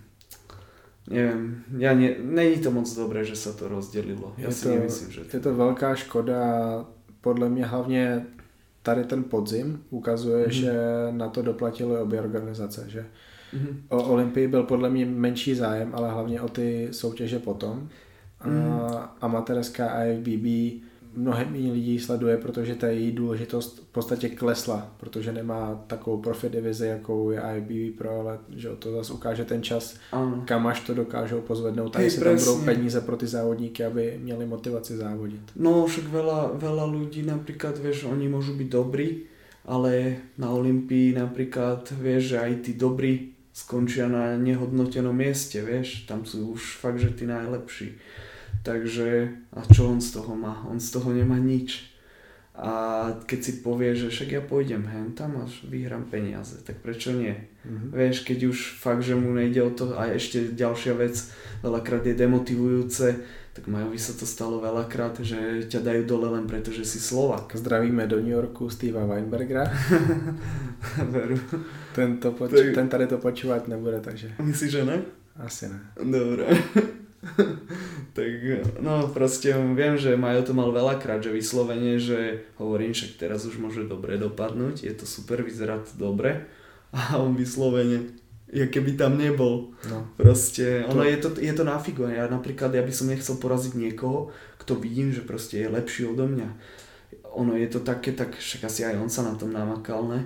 neviem, není to moc dobré, že sa to rozdělilo. Já si nemyslím, že je to velká škoda. Podle mě hlavně tady ten podzim ukazuje, že na to doplatily obě organizace, že o Olympii byl podle mě menší zájem, ale hlavně o ty soutěže potom. A amatérská IFBB mnohem méně lidí sleduje, protože ta její důležitost v podstatě klesla, protože nemá takovou profi divizi, jakou je IFBB Pro, ale že to zase ukáže ten čas, kam až to dokážou pozvednout a jestli tam budou peníze pro ty závodníky, aby měli motivaci závodit. No však veľa ľudí napríklad, vieš, oni môžu byť dobrí, ale na Olympii napríklad, vieš, že aj tí dobrí skončia na nehodnotenom mieste, vieš, tam sú už fakt, že tí najlepší. Takže, a čo on z toho má? On z toho nemá nič. A keď si povie, že však ja pôjdem tam a vyhrám peniaze, tak prečo nie? Vieš, keď už fakt, že mu nejde o to, a ešte ďalšia vec, veľakrát je demotivujúce, tak Majovi sa to stalo veľakrát, že ťa dajú dole len preto, že si Slovák. Zdravíme do New Yorku Steva Weinbergera. Veru. Ten tady to počúvať nebude, takže... Myslíš, že ne? Asi ne. Dobre. Tak no proste viem, že Majo to mal veľakrát, že vyslovene, že hovorím, však teraz už môže dobre dopadnúť, je to super, vyzerá to dobre a on vyslovene, keby tam nebol. No. Proste, ono je to na figu. Ja napríklad, ja by som nechcel poraziť niekoho, kto vidím, že proste je lepší odo mňa. Ono je to také, tak však asi aj on sa na tom namakal, ne?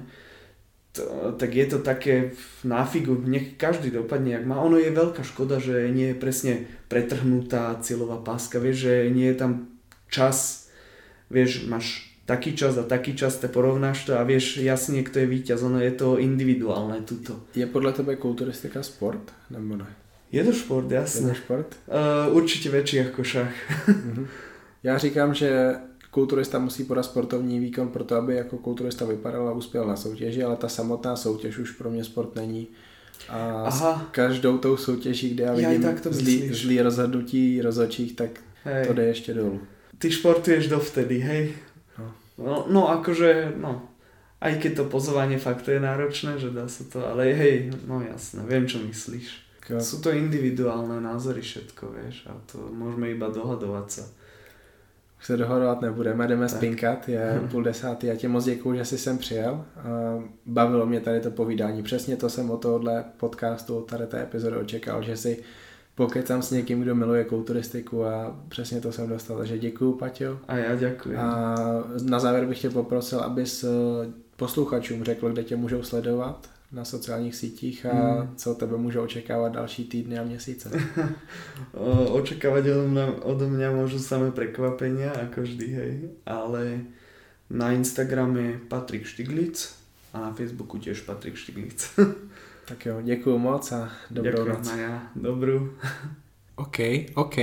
Tak je to také na figu, nech každý dopadne jak má. Ono je veľká škoda, že nie je presne pretrhnutá cieľová páska, vieš, že nie je tam čas, vieš, máš taký čas a taký čas, te porovnáš to a vieš jasne, kto je víťaz, ono je to individuálne tuto. Je podľa tebe kulturistika sport, nebo ne? Je to šport, jasné. Je to šport? Určite väčší ako šach. Já říkám, že kulturista musí podat sportovní výkon pro to, aby jako kulturista vypadal a uspěl na soutěži, ale ta samotná soutěž už pro mě sport není. A s každou tou soutěží, kde já vidím zlý rozhodnutí rozhodčích, tak to jde ještě dolů. Ty športuješ dovtedy, hej? No akože, aj keď to pozovanie fakt je náročné, že dá sa to, ale hej, no jasné, viem čo myslíš. Sú to individuálne názory všetko, vieš, a to môžeme iba dohadovať sa. Už se dohodovat nebudeme, jdeme spinkat, je 9:30. Já ti moc děkuju, že jsi sem přijel. Bavilo mě tady to povídání. Přesně to jsem od tohohle podcastu, od tady té epizody očekal, že si pokecám s někým, kdo miluje kulturistiku a přesně to jsem dostal. Takže děkuju, Paťo. A já děkuji. A na závěr bych tě poprosil, abys posluchačům řekl, kde tě můžou sledovat na sociálních sítích a co tebe můžou očekávat další týdny a měsíce. Očakávať odo mňa môžu samé prekvapenia, ako vždy, hej. Ale Na Instagrame Patrik Štiglic a na Facebooku tiež Patrik Štiglic. Tak jo, děkuju moc a dobrou noc. Ďakujem, Maja. Dobrú. OK.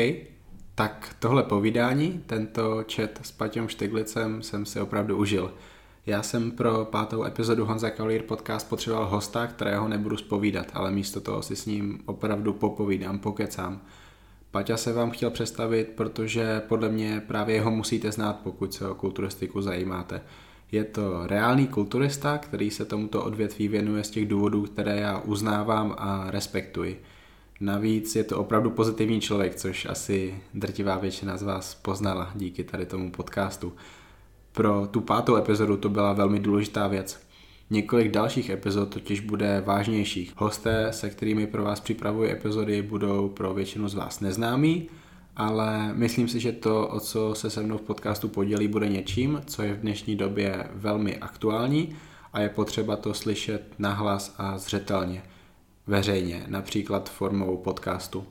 Tak tohle povídání, tento chat s Paťom Štiglicem jsem si opravdu užil. Já jsem pro 5. epizodu Honza Kavalír podcast potřeboval hosta, kterého nebudu zpovídat, ale místo toho si s ním opravdu popovídám, pokecám. Paťa se vám chtěl představit, protože podle mě právě jeho musíte znát, pokud se o kulturistiku zajímáte. Je to reálný kulturista, který se tomuto odvětví věnuje z těch důvodů, které já uznávám a respektuji. Navíc je to opravdu pozitivní člověk, což asi drtivá většina z vás poznala díky tady tomu podcastu. Pro tu 5. epizodu to byla velmi důležitá věc. Několik dalších epizod totiž bude vážnějších. Hosté, se kterými pro vás připravuji epizody, budou pro většinu z vás neznámí, ale myslím si, že to, o co se mnou v podcastu podělí, bude něčím, co je v dnešní době velmi aktuální a je potřeba to slyšet nahlas a zřetelně, veřejně, například formou podcastu.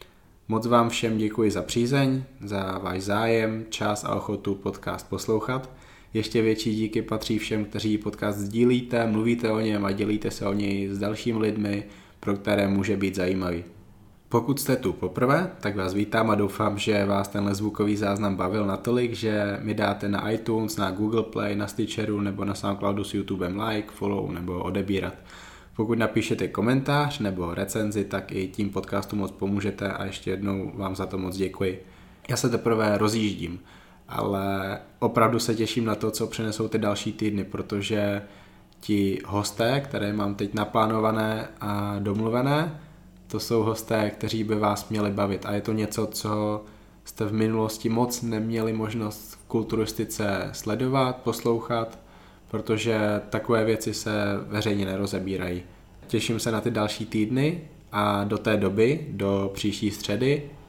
Moc vám všem děkuji za přízeň, za váš zájem, čas a ochotu podcast poslouchat. Ještě větší díky patří všem, kteří podcast sdílíte, mluvíte o něm a dělíte se o něj s dalšími lidmi, pro které může být zajímavý. Pokud jste tu poprvé, tak vás vítám a doufám, že vás tenhle zvukový záznam bavil natolik, že mi dáte na iTunes, na Google Play, na Stitcheru nebo na Soundcloudu s YouTubem like, follow nebo odebírat. Pokud napíšete komentář nebo recenzi, tak i tím podcastu moc pomůžete a ještě jednou vám za to moc děkuji. Já se teprve rozjíždím, ale opravdu se těším na to, co přinesou ty další týdny, protože ti hosté, které mám teď naplánované a domluvené, to jsou hosté, kteří by vás měli bavit a je to něco, co jste v minulosti moc neměli možnost v kulturistice sledovat, poslouchat, protože takové věci se veřejně nerozebírají. Těším se na ty další týdny a do té doby, do příští středy,